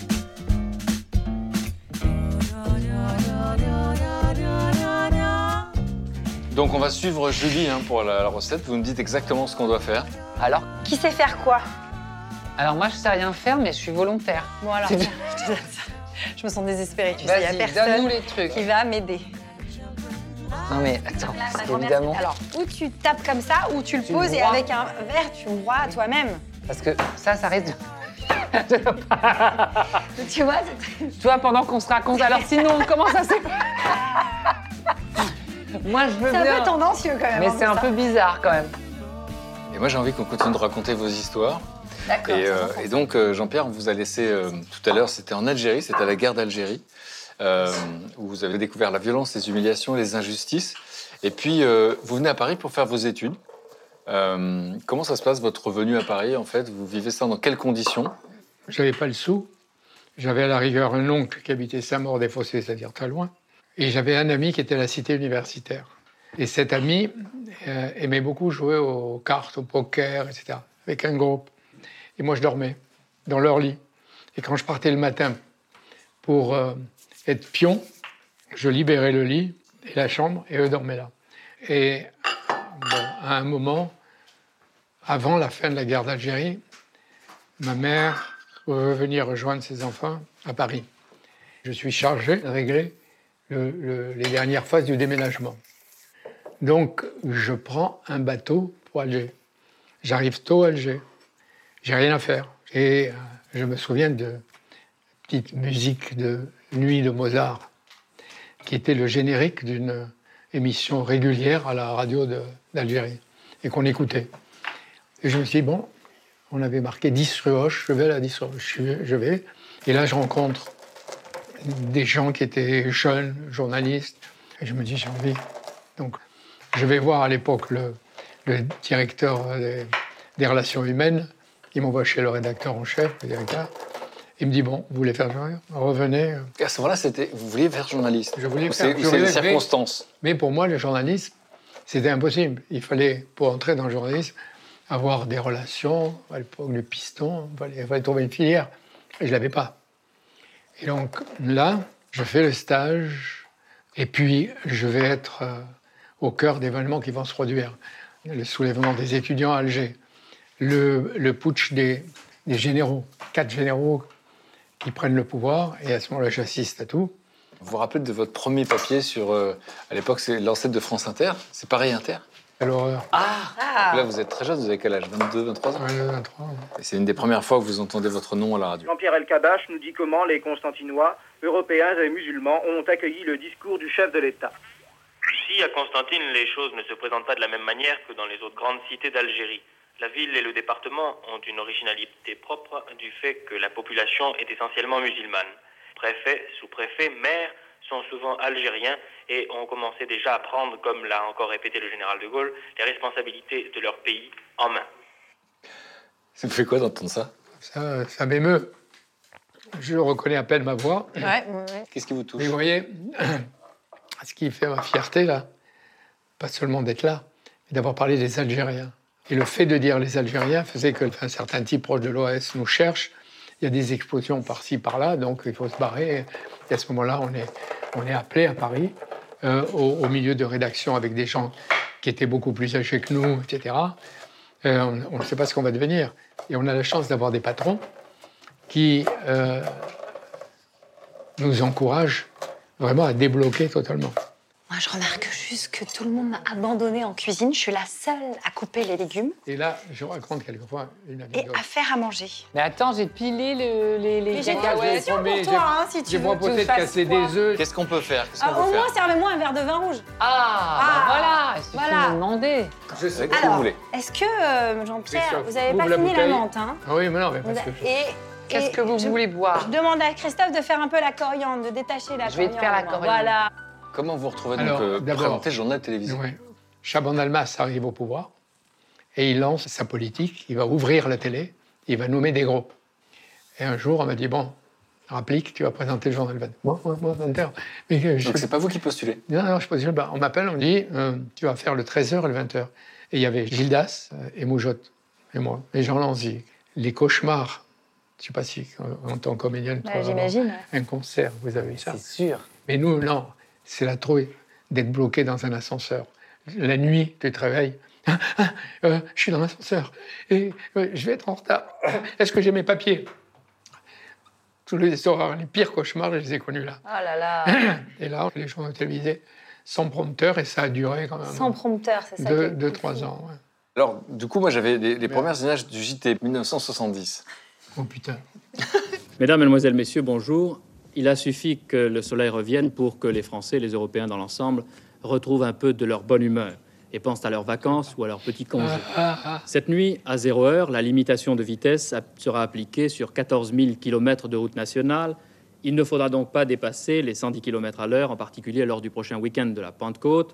Donc, on va suivre Julie hein, pour la, la recette. Vous nous dites exactement ce qu'on doit faire. Alors, Qui sait faire quoi? alors moi, je sais rien faire, mais je suis volontaire. Bon, alors, C'est tiens, je te donne ça. Je me sens désespérée, tu sais, il n'y a Vas-y, personne donne-nous les trucs. qui va m'aider. Non mais attends, Là, parce ma grand-mère, qu'évidemment, Alors, ou tu tapes comme ça, ou tu le Tu le poses et broies. avec un verre, tu le broies à toi-même. parce que ça, ça risque de... Donc, tu vois, c'est- Tu vois, pendant qu'on se raconte, alors sinon, comment ça s'est... Moi, je veux c'est un bien, peu tendancieux quand même. mais hein, c'est un ça. peu bizarre quand même. Et moi, j'ai envie qu'on continue de raconter vos histoires. D'accord. Et, ça euh, s'entend. et donc, euh, Jean-Pierre, on vous a laissé euh, tout à l'heure, c'était en Algérie, c'était à la guerre d'Algérie, euh, où vous avez découvert la violence, les humiliations, les injustices. Et puis, euh, vous venez à Paris pour faire vos études. Euh, comment ça se passe, votre venue à Paris, en fait? Vous vivez ça dans quelles conditions? Je n'avais pas le sou. J'avais à la rigueur un oncle qui habitait Saint-Maur-des-Fossés, c'est-à-dire très loin. Et j'avais un ami qui était à la cité universitaire. Et cet ami euh, aimait beaucoup jouer aux cartes, au poker, et cetera, avec un groupe. Et moi, je dormais dans leur lit. Et quand je partais le matin pour euh, être pion, je libérais le lit et la chambre, et eux dormaient là. Et bon, à un moment, avant la fin de la guerre d'Algérie, ma mère veut venir rejoindre ses enfants à Paris. Je suis chargé de régler le, le, les dernières phases du déménagement. Donc, je prends un bateau pour Alger. J'arrive tôt à Alger. J'ai rien à faire. Et euh, je me souviens de petite musique de Nuit de Mozart, qui était le générique d'une émission régulière à la radio de, d'Algérie, et qu'on écoutait. Et je me suis dit, bon, on avait marqué dix rue Hoche, je vais à la dix rue Hoche, je vais. Et là, je rencontre des gens qui étaient jeunes, journalistes, et je me dis, j'ai envie. Donc, je vais voir à l'époque le, le directeur des, des relations humaines, il m'envoie chez le rédacteur en chef, le directeur. Il me dit, bon, vous voulez faire journaliste? Revenez. Et à ce moment-là, c'était, vous vouliez faire journaliste? Je voulais Ou faire. c'est, je c'est voulais des circonstances. Mais, mais pour moi, le journalisme, c'était impossible. Il fallait, pour entrer dans le journalisme, avoir des relations. À l'époque, le piston, il fallait, il fallait trouver une filière. Et je ne l'avais pas. Et donc, là, je fais le stage. Et puis, je vais être euh, au cœur d'événements qui vont se produire. Le soulèvement des étudiants à Alger. Le, le putsch des, des généraux. Quatre généraux qui prennent le pouvoir, et à ce moment-là, j'assiste à tout. Vous vous rappelez de votre premier papier sur, euh, à l'époque, c'est l'ancêtre de France Inter, c'est Paris Inter. Quelle horreur. Ah, Ah. Là, vous êtes très jeune, vous avez quel âge? vingt-deux, vingt-trois ans? Ouais, le vingt-trois, ouais. Et c'est une des premières fois que vous entendez votre nom à la radio. Jean-Pierre Elkabbach nous dit comment les Constantinois, européens et musulmans, ont accueilli le discours du chef de l'État. Ici, à Constantine, les choses ne se présentent pas de la même manière que dans les autres grandes cités d'Algérie. La ville et le département ont une originalité propre du fait que la population est essentiellement musulmane. Préfets, sous-préfets, maires sont souvent algériens et ont commencé déjà à prendre, comme l'a encore répété le général de Gaulle, les responsabilités de leur pays en main. Ça vous fait quoi d'entendre ça? Ça, ça m'émeut. Je reconnais à peine ma voix. Ouais, ouais. Qu'est-ce qui vous touche? Mais vous voyez, ce qui fait ma fierté, là, pas seulement d'être là, mais d'avoir parlé des Algériens. Et le fait de dire les Algériens faisait qu'un certain type proche de l'O A S nous cherche. Il y a des explosions par-ci, par-là, donc il faut se barrer. Et à ce moment-là, on est, on est appelé à Paris, euh, au, au milieu de rédaction avec des gens qui étaient beaucoup plus âgés que nous, et cetera. Euh, on, on ne sait pas ce qu'on va devenir. Et on a la chance d'avoir des patrons qui euh, nous encouragent vraiment à débloquer totalement. Moi, je remarque juste que tout le monde m'a abandonnée en cuisine. Je suis la seule à couper les légumes Et là, je raconte quelquefois une et anecdote. à faire à manger. Mais attends, j'ai pilé le- les, les Mais j'ai une cacahuètes. question promis, pour toi, hein, si tu J'ai veux que je proposé de fasse casser quoi. des œufs. Qu'est-ce qu'on peut faire? Qu'est-ce qu'on Ah, peut au faire? moins, servez-moi un verre de vin rouge. Ah, Ah, bah voilà, c'est voilà. ce que tu me demandais. Je sais. Qu'est-ce que vous Alors, voulez? est-ce que, euh, Jean-Pierre, Christophe, vous n'avez ouvre pas la fini la bouteille. menthe, hein? Ah oui, mais non, mais Vous parce que... a- Et, Qu'est-ce et que vous je- voulez boire? Je demande à Christophe de faire un peu la coriandre, de détacher la Je vais te coriandre. faire la moi. coriandre. Voilà. Comment vous retrouvez donc Alors, euh, d'abord- présenter le journal télévisé? Ouais. Chaban Almas arrive au pouvoir et il lance sa politique. Il va ouvrir la télé, il va nommer des groupes. Et un jour, on m'a dit, bon, rapplique, tu vas présenter le journal vingt. Moi, moi, moi, vingt heures. Mais euh, je... Donc c'est pas vous qui postulez? Non, non, je postule pas. On m'appelle, on me dit, euh, tu vas faire le treize heures et le vingt heures. Et il y avait Gildas euh, et Moujotte et moi, et Jean Lanzy. Les cauchemars. Je sais pas si, en, en tant que comédienne, Bah, toi, j'imagine, avoir un concert, vous avez eu ça. C'est sûr. Mais nous, non, c'est la trouille d'être bloqué dans un ascenseur. La nuit, tu te réveilles. Ah, ah, euh, je suis dans l'ascenseur et euh, je vais être en retard. Est-ce que j'ai mes papiers? Tous les horreurs, les pires cauchemars, je les ai connus là. Oh là là. Et là, les journaux télévisés, sans prompteur, et ça a duré quand même Sans prompteur, c'est ça. deux, qui est deux fou. trois ans. Ouais. Alors, du coup, moi, j'avais les, les premières images du J T mille neuf cent soixante-dix. Oh putain. Mesdames, Mesdemoiselles, Messieurs, bonjour. Il a suffi que le soleil revienne pour que les Français, les Européens dans l'ensemble, retrouvent un peu de leur bonne humeur et pensent à leurs vacances ou à leurs petits congés. Ah, ah, Cette nuit, à zéro heure, la limitation de vitesse a- sera appliquée sur quatorze mille kilomètres de route nationale. Il ne faudra donc pas dépasser les cent dix kilomètres à l'heure, en particulier lors du prochain week-end de la Pentecôte.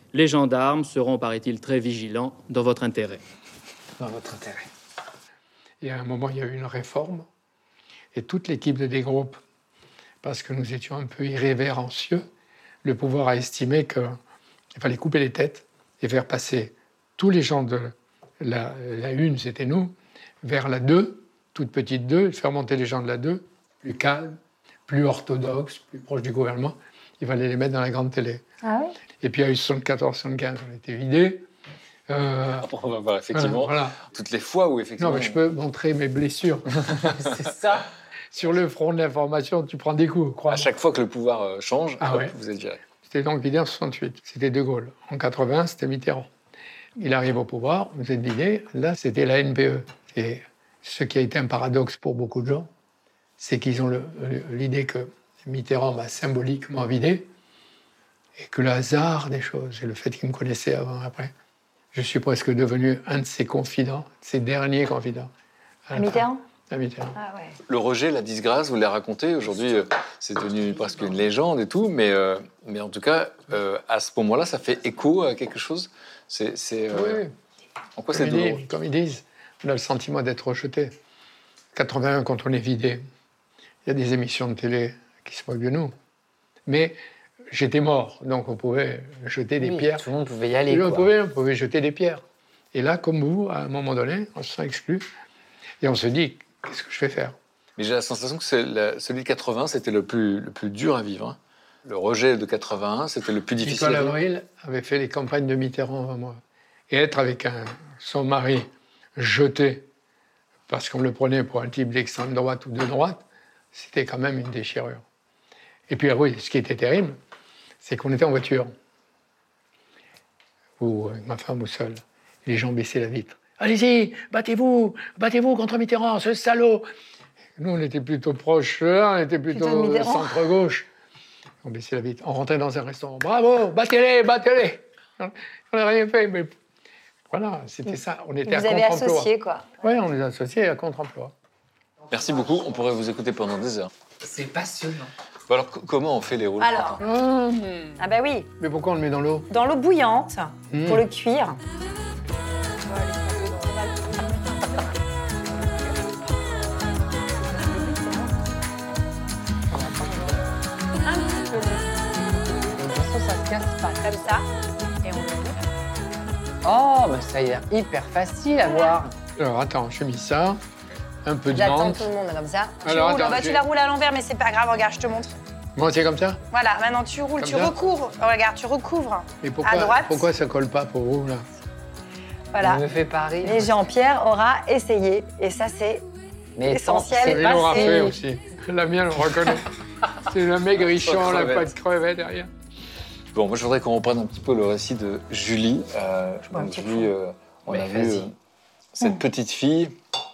Les gendarmes seront, paraît-il, très vigilants dans votre intérêt. Dans votre intérêt. Et à un moment, il y a eu une réforme. Et toute l'équipe de des groupes, parce que nous étions un peu irrévérencieux, le pouvoir a estimé qu'il fallait couper les têtes et faire passer tous les gens de la, la une, c'était nous, vers la deux, toute petite deux, faire monter les gens de la deux, plus calmes, plus orthodoxes, plus proches du gouvernement. Il fallait les mettre dans la grande télé. Ah oui. Et puis il y a eu soixante-quatorze soixante-quinze, on était vidés. Euh, On va voir effectivement voilà. toutes les fois où effectivement. Non, mais je peux montrer mes blessures. C'est ça. Sur le front de l'information, tu prends des coups, crois. À chaque fois que le pouvoir euh, change, Ah hop, ouais. vous êtes viré. C'était donc vidé en soixante-huit. C'était De Gaulle. En quatre-vingts, c'était Mitterrand. Il arrive au pouvoir, vous êtes vidé. Là, c'était la N P E. Et ce qui a été un paradoxe pour beaucoup de gens, c'est qu'ils ont le- le- l'idée que Mitterrand m'a symboliquement vidé et que le hasard des choses et le fait qu'il me connaissait avant et après, je suis presque devenu un de ses confidents, de ses derniers confidents. À Mitterrand À Mitterrand. Ah ouais. Le rejet, la disgrâce, vous l'avez raconté. Aujourd'hui, euh, c'est devenu presque une légende et tout. Mais, euh, mais en tout cas, euh, à ce moment-là, ça fait écho à quelque chose. C'est, c'est, euh, Oui. En quoi c'est Comme ils, douloureux disent, comme ils disent, on a le sentiment d'être rejeté. quatre-vingt-un, quand on est vidé, il y a des émissions de télé qui se moquent de nous. Mais j'étais mort, donc on pouvait jeter des Oui, pierres. tout le monde pouvait y aller. Et on, quoi. pouvait, on pouvait jeter des pierres. Et là, comme vous, à un moment donné, on se sent exclu. Et on se dit, qu'est-ce que je vais faire? Mais j'ai la sensation que c'est la- celui de quatre-vingts, c'était le plus, le plus dur à vivre. hein. Le rejet de quatre-vingt-un, c'était le plus difficile Nicole à vivre. Avril avait fait les campagnes de Mitterrand avant moi. Et être avec un, son mari jeté, parce qu'on le prenait pour un type d'extrême droite ou de droite, c'était quand même une déchirure. Et puis, ah oui, ce qui était terrible, c'est qu'on était en voiture, ou avec ma femme ou seul. Les gens baissaient la vitre. Allez-y, battez-vous, battez-vous contre Mitterrand, ce salaud. Nous, on était plutôt proches, on était plutôt, Plutôt de Mitterrand. centre-gauche. On baissait la vitre. On rentrait dans un restaurant. Bravo, battez-les, battez-les. On n'a rien fait, mais voilà, c'était ça. On était Vous à avez contre-emploi. associé, quoi. Oui, on les associés à contre-emploi. Merci beaucoup. On pourrait vous écouter pendant des heures. C'est passionnant. Bon, alors, co- comment on fait les rôles Alors, Mmh. ah bah oui, Mais pourquoi on le met dans l'eau? dans l'eau bouillante, Mmh. pour le cuire. Ça se casse pas. Comme ça. Et on le met. Oh, mais ça a l'air hyper facile à voir. Alors, attends, j'ai mis ça. Un peu de J'attends menthe. tout le monde comme ça. Tu Alors, roules. attends, Bah, tu j'ai- la roules à l'envers, mais c'est pas grave. Regarde, je te montre. Moi, c'est comme ça? Voilà, maintenant tu roules, Comme tu ça recouvres. Oh, regarde, tu recouvres. Mais pourquoi, À droite. pourquoi ça colle pas pour vous, là? Voilà. Ne me fait pas rire. Et Jean-Pierre aura essayé. Et ça, c'est Mais essentiel. c'est Il l'aura passé. fait aussi. La mienne, on reconnaît. C'est le maigrichon, Pas de la crevette. pas de crevette derrière. Bon, moi, je voudrais qu'on reprenne un petit peu le récit de Julie. Euh, bois un donc, petit Julie, euh, on Ouais, a vu vas-y. euh, cette petite fille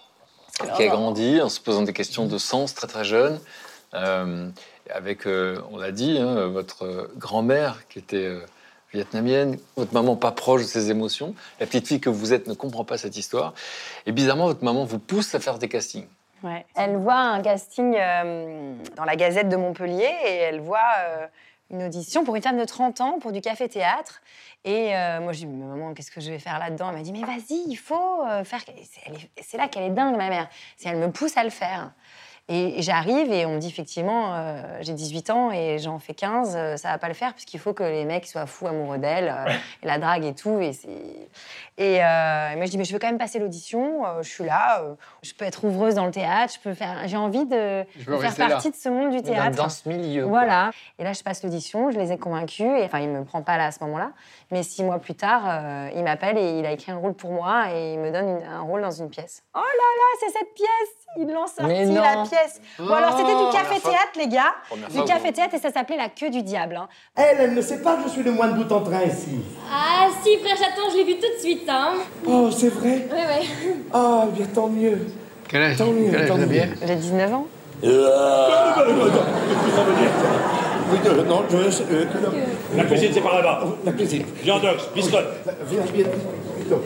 qui a grandi en se posant des questions de sens très très jeune. Euh, avec, euh, on l'a dit, hein, votre euh, grand-mère qui était euh, vietnamienne, votre maman pas proche de ses émotions. La petite fille que vous êtes ne comprend pas cette histoire. Et bizarrement, votre maman vous pousse à faire des castings. Ouais. Elle voit un casting euh, dans la Gazette de Montpellier et elle voit euh, une audition pour une femme de trente ans pour du café-théâtre. Et euh, moi, je dis, mais maman, qu'est-ce que je vais faire là-dedans? Elle m'a dit, mais vas-y, il faut euh, faire... C'est, elle est- c'est là qu'elle est dingue, ma mère. C'est elle me pousse à le faire. Et, et j'arrive et on me dit, effectivement, euh, j'ai dix-huit ans et j'en fais quinze, euh, ça va pas le faire puisqu'il faut que les mecs soient fous amoureux d'elle, euh, et la drague et tout. Et, c'est... et, euh, et moi, je dis, mais je veux quand même passer l'audition, euh, je suis là, euh, je peux être ouvreuse dans le théâtre, je peux faire... j'ai envie de, Je de veux faire rester là. partie de ce monde du Dans, théâtre. dans ce milieu. quoi. Voilà. Et là, je passe l'audition, je les ai convaincus. Et, enfin, il me prend pas là à ce moment-là. Mais six mois plus tard, euh, il m'appelle et il a écrit un rôle pour moi et il me donne une- un rôle dans une pièce. Oh là là, c'est cette pièce! Ils l'ont sorti, Mais non. la pièce. Bon, alors, c'était du Première café-théâtre, les gars. Première Du fois, vous- café-théâtre et ça s'appelait La queue du diable. hein. Elle, elle ne sait pas que je suis le moine bout en train ici. Ah si, frère chaton, je l'ai vu tout de suite, hein. Oh, c'est vrai? Ouais, ouais. Ah, bien tant mieux. Quel âge, Tant mieux, quel âge tant vous mieux. aviez? J'ai dix-neuf ans. Euh... Qu'est-ce que ça veut dire? Oui, euh, non, je... euh, non. La cuisine, c'est par là-bas. La cuisine. Viande d'ox, biscotte. Viens, viens, plutôt.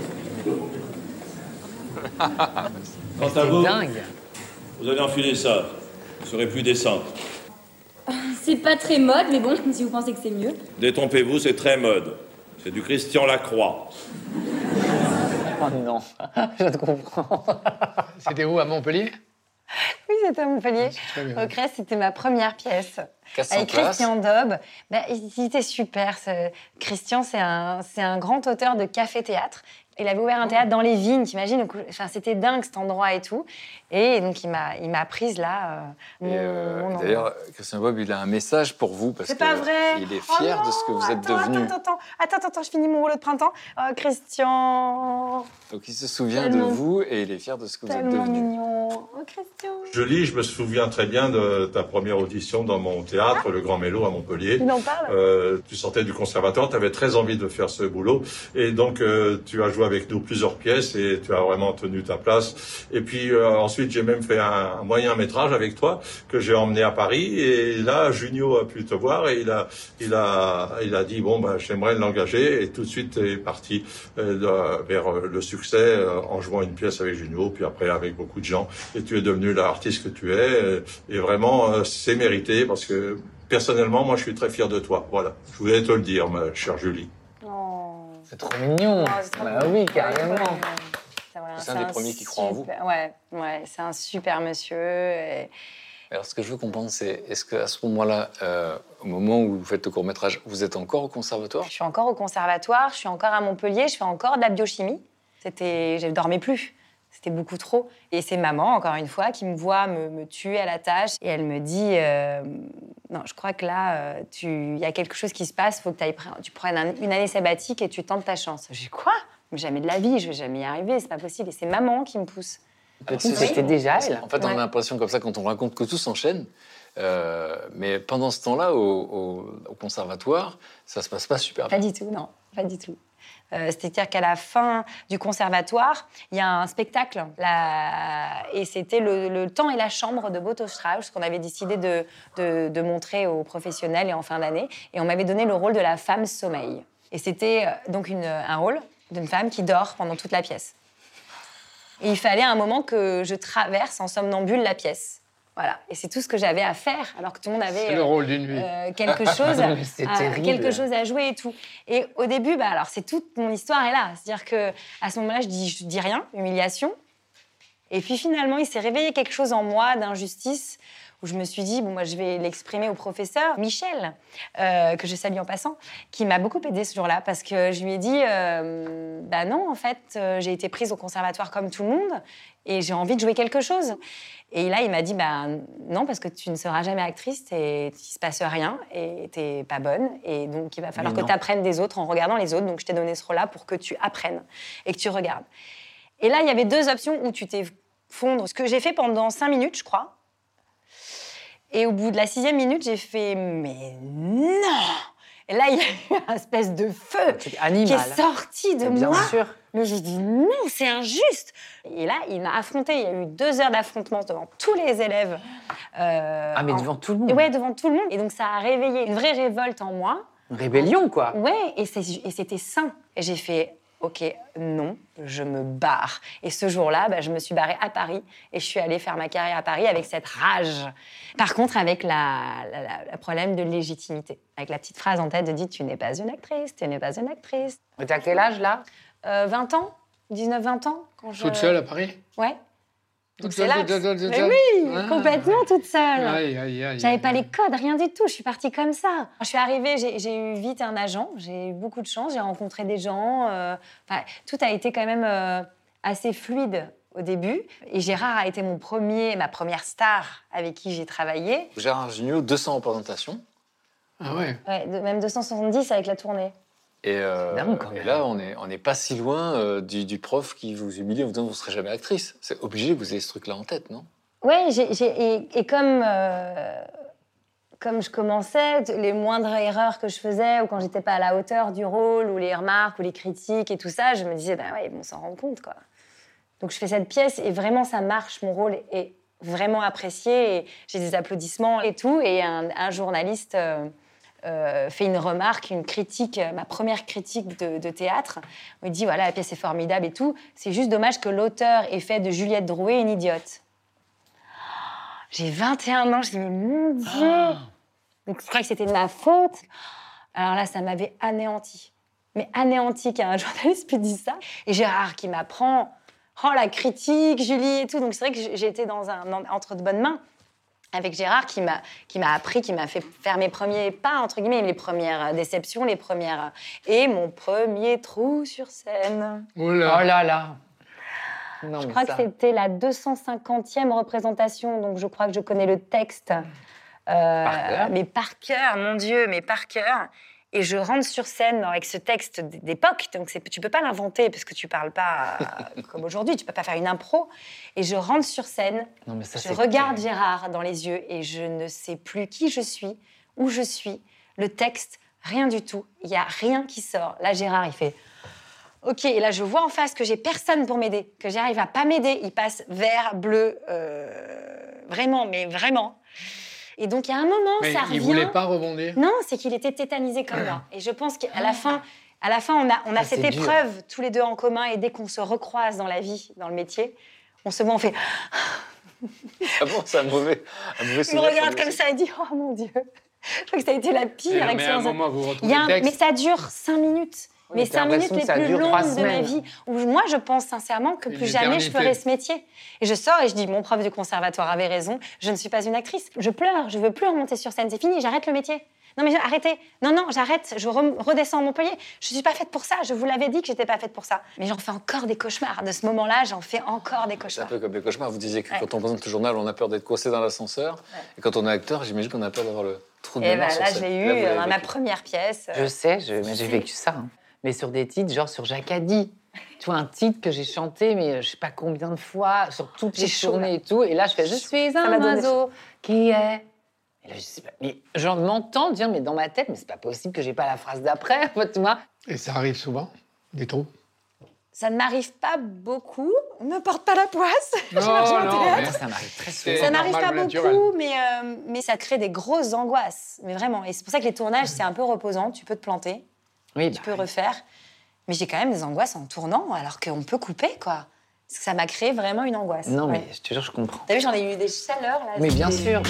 Quant à C'est vous, dingue. vous allez enfiler ça. Vous serez plus décente. C'est pas très mode, mais bon, si vous pensez que c'est mieux. Détrompez-vous, c'est très mode. C'est du Christian Lacroix. Oh non, je te comprends. C'était où, à Montpellier? Oui, c'était à Montpellier. Très bien. Au Crest, c'était ma première pièce. quatre cents Avec places. Christian Daube. Ben, il était super. ce- Christian, c'est un, c'est un grand auteur de café-théâtre. Il avait ouvert un théâtre dans les vignes, t'imagines? Enfin, c'était dingue cet endroit et tout. Et donc, il m'a, il m'a prise là. euh, Et, mon- euh, mon endroit. d'ailleurs, Christian Bob, il a un message pour vous parce C'est que pas vrai. il est Oh fier non, de ce que vous êtes attends, devenu. Attends, attends, attends, attends, attends, je finis mon rouleau de printemps. Oh, Christian, Donc il se souvient Tellement- de vous et il est fier de ce que vous êtes tellement devenu. mignon. Oh, Christian. Je lis, je me souviens très bien de ta première audition dans mon théâtre, le Grand Mélo à Montpellier. Il en parle. Euh, tu sortais du conservatoire, tu avais très envie de faire ce boulot. Et donc, euh, tu as joué avec nous plusieurs pièces et tu as vraiment tenu ta place. Et puis, euh, ensuite, j'ai même fait un, un moyen métrage avec toi que j'ai emmené à Paris. Et là, Junio a pu te voir et il a, il a, il a dit, bon, ben, j'aimerais l'engager. Et tout de suite, tu es parti euh, de- vers euh, le succès euh, en jouant une pièce avec Junio, puis après avec beaucoup de gens. Et tu es devenu l'artiste que tu es. euh, Et vraiment, euh, c'est mérité parce que personnellement, moi, je suis très fier de toi. Voilà. Je voulais te le dire, ma chère Julie. Oh. C'est trop mignon. Oh, c'est trop Bah mignon. oui, carrément. C'est vrai, C'est un des premiers qui croit en vous. super- Ouais, ouais, c'est un super monsieur. et- Alors ce que je veux comprendre, c'est est-ce qu'à ce moment-là, euh, au moment où vous faites le court-métrage, vous êtes encore au conservatoire? Je suis encore au conservatoire, je suis encore à Montpellier, je fais encore de la biochimie. C'était, je ne dormais plus. C'était beaucoup trop. Et c'est maman, encore une fois, qui me voit me, me tuer à la tâche. Et elle me dit, euh, non, je crois que là, euh, tu- il y a quelque chose qui se passe, il faut que t'ailles pre- tu prennes un- une année sabbatique et tu tentes ta chance. J'ai dit, quoi? Mais jamais de la vie, je vais jamais y arriver, c'est pas possible. Et c'est maman qui me pousse. Alors, Petite, c'est- c'était déjà elle. En fait, on a Ouais. l'impression comme ça quand on raconte que tout s'enchaîne. Euh, mais pendant ce temps-là, au, au- au conservatoire, ça se passe pas super Pas bien. du tout, non, pas du tout. Euh, C'est-à-dire qu'à la fin du conservatoire, il y a un spectacle, la- et c'était le, le temps et la chambre de Boto Strauss qu'on avait décidé de, de- de montrer aux professionnels et en fin d'année. Et on m'avait donné le rôle de la femme sommeil. Et c'était euh, donc une- un rôle d'une femme qui dort pendant toute la pièce. Et il fallait à un moment que je traverse en somnambule la pièce. Voilà. Et c'est tout ce que j'avais à faire, alors que tout le monde avait C'est le rôle d'une vie. euh, quelque chose, à, C'est à- terrible. quelque chose à jouer et tout. Et au début, bah alors c'est toute mon histoire est là, c'est-à-dire que à ce moment-là, je dis, je dis rien, humiliation. Et puis finalement, il s'est réveillé quelque chose en moi d'injustice où je me suis dit, bon, moi, je vais l'exprimer au professeur Michel, euh, que je salue en passant, qui m'a beaucoup aidée ce jour-là, parce que je lui ai dit, euh, bah non, en fait, euh, j'ai été prise au conservatoire comme tout le monde, et j'ai envie de jouer quelque chose. Et là, il m'a dit, bah non, parce que tu ne seras jamais actrice, et il se passe rien, et t'es pas bonne, et donc il va falloir Mais que non. tu apprennes des autres en regardant les autres, donc je t'ai donné ce rôle-là pour que tu apprennes et que tu regardes. Et là, il y avait deux options où tu t'es fondre, ce que j'ai fait pendant cinq minutes, je crois. Et au bout de la sixième minute, j'ai fait « Mais non !» Et là, il y a eu une espèce de feu qui animal. est sorti de Bien moi. sûr. Mais j'ai dit « Non, c'est injuste !» Et là, il m'a affronté. Il y a eu deux heures d'affrontement devant tous les élèves. Euh, Ah, mais en- devant tout le monde. Ouais, devant tout le monde. Et donc, ça a réveillé une vraie révolte en moi. Une rébellion, quoi. Ouais, et c'est- et c'était sain. Et j'ai fait, OK, non, je me barre. Et ce jour-là, bah, je me suis barrée à Paris et je suis allée faire ma carrière à Paris avec cette rage. Par contre, avec la, la- la- le problème de légitimité. Avec la petite phrase en tête de dire, tu n'es pas une actrice, tu n'es pas une actrice. Et t'as quel âge, là Euh, vingt ans, dix-neuf vingt ans. Quand je... Toute seule à Paris? Ouais. Donc Toute c'est seule, là. toute que- seule, toute Mais seule. oui, Ah. complètement toute seule. Aïe, aïe, aïe. J'avais aïe, pas aïe. les codes, rien du tout. Je suis partie comme ça. Je suis arrivée, j'ai j'ai eu vite un agent. J'ai eu beaucoup de chance. J'ai rencontré des gens. euh, enfin, tout a été quand même euh, assez fluide au début. Et Gérard a été mon premier, ma première star avec qui j'ai travaillé. Gérard Jugnot, deux cents représentations. Ah ouais. Ouais, de- même deux cent soixante-dix avec la tournée. Et, euh, dingue, quand même. et là, on n'est on est pas si loin euh, du, du prof qui vous humilie en vous disant que vous ne serez jamais actrice. C'est obligé que vous ayez ce truc-là en tête, non? Ouais, j'ai, j'ai- et, et comme, euh, comme je commençais, t- les moindres erreurs que je faisais, ou quand j'étais pas à la hauteur du rôle, ou les remarques, ou les critiques et tout ça, je me disais, bah ouais, ils vont s'en rendre compte, quoi. Donc je fais cette pièce et vraiment ça marche, mon rôle est vraiment apprécié, et j'ai des applaudissements et tout, et un, un journaliste euh, euh, fait une remarque, une critique, euh, ma première critique de, de théâtre, il me dit, voilà, la pièce est formidable et tout, c'est juste dommage que l'auteur ait fait de Juliette Drouet une idiote. J'ai vingt et un ans, je dis, mais mon Dieu! Donc je crois que c'était de ma faute. Alors là, ça m'avait anéanti. mais anéanti qu'un journaliste puisse dire ça. Et Gérard qui m'apprend, oh la critique, Julie et tout. Donc c'est vrai que j'ai été dans un, dans- entre de bonnes mains avec Gérard qui m'a qui m'a appris, qui m'a fait faire mes premiers pas, entre guillemets, les premières déceptions, les premières... Et mon premier trou sur scène. Oh là Oh là là. Non, Je mais crois ça- que c'était la deux cent cinquantième représentation, donc je crois que je connais le texte. Euh, Par cœur. Mais par cœur, mon Dieu, mais par cœur. Et je rentre sur scène avec ce texte d- d'époque, donc c'est- tu peux pas l'inventer parce que tu parles pas euh, comme aujourd'hui, tu peux pas faire une impro. Et je rentre sur scène, Non, mais ça, je c'est regarde terrible. Gérard dans les yeux et je ne sais plus qui je suis, où je suis, le texte, rien du tout. Il y a rien qui sort. Là, Gérard, il fait... Ok, et là, je vois en face que j'ai personne pour m'aider, que Gérard, il va pas m'aider. Il passe vert, bleu, euh, vraiment, mais vraiment. Et donc, il y a un moment, Mais ça il revient... voulait pas rebondir. Non, c'est qu'il était tétanisé comme moi. Et je pense qu'à la fin, à la fin, on a, on a Ça, cette c'est dur. épreuve tous les deux en commun. Et dès qu'on se recroise dans la vie, dans le métier, on se voit, on fait... Ah bon, c'est un mauvais, un mauvais Il me souvenir, regarde ça, comme ça et dit, oh mon Dieu. Je crois que ça a été la pire Mais à un expérience. moment, vous retrouvez Il y a un- le texte. Mais ça dure cinq minutes. Oui, mais mais t'as cinq minutes l'impression les que ça plus dure longues trois de ma semaines. vie. Où moi, je pense sincèrement que Une plus jamais je éternité. ferai ce métier. Et je sors et je dis, mon prof du conservatoire avait raison, je ne suis pas une actrice. Je pleure, je veux plus remonter sur scène, c'est fini, j'arrête le métier. Non mais arrêtez, non, non, j'arrête, je re- redescends à Montpellier. Je suis pas faite pour ça, je vous l'avais dit que j'étais pas faite pour ça. Mais j'en fais encore des cauchemars. De ce moment-là, j'en fais encore des C'est un cauchemars. peu comme les cauchemars. Vous disiez que Ouais. quand on présente le journal, on a peur d'être coincé dans l'ascenseur. Et quand on est acteur, j'imagine qu'on a peur d'avoir le trou de Et mémoire ben sur là, scène. je l'ai eu Là, vous l'avez dans ma vécu. première pièce. Je sais, je- mais j'ai sais. vécu ça. hein. Mais sur des titres, genre sur Jacadi. Tu vois, un titre que j'ai chanté, mais euh, je sais pas combien de fois, sur toutes J'ai les chaud, tournées là. et tout. Et là, je fais « Je suis Ça un m'a donné oiseau qui est... » Et là, je sais pas, mais j'en m'entends dire, mais dans ma tête, mais c'est pas possible que j'ai pas la phrase d'après, tu vois. Et ça arrive souvent, des trous. Ça ne m'arrive pas beaucoup. Ne porte pas la poisse. Non, Je marche au non, théâtre. mais Ça m'arrive très c'est souvent. Ça m'arrive normal pas ou naturel. beaucoup, mais, euh, mais ça crée des grosses angoisses. Mais vraiment. Et c'est pour ça que les tournages, c'est un peu reposant. Tu peux te planter, Oui, tu bah, peux refaire. Mais j'ai quand même des angoisses en tournant, alors qu'on peut couper, quoi. Parce que ça m'a créé vraiment une angoisse. non, mais Ouais. je te jure, je comprends. T'as vu, j'en ai eu des chaleurs, là. Mais bien des- sûr.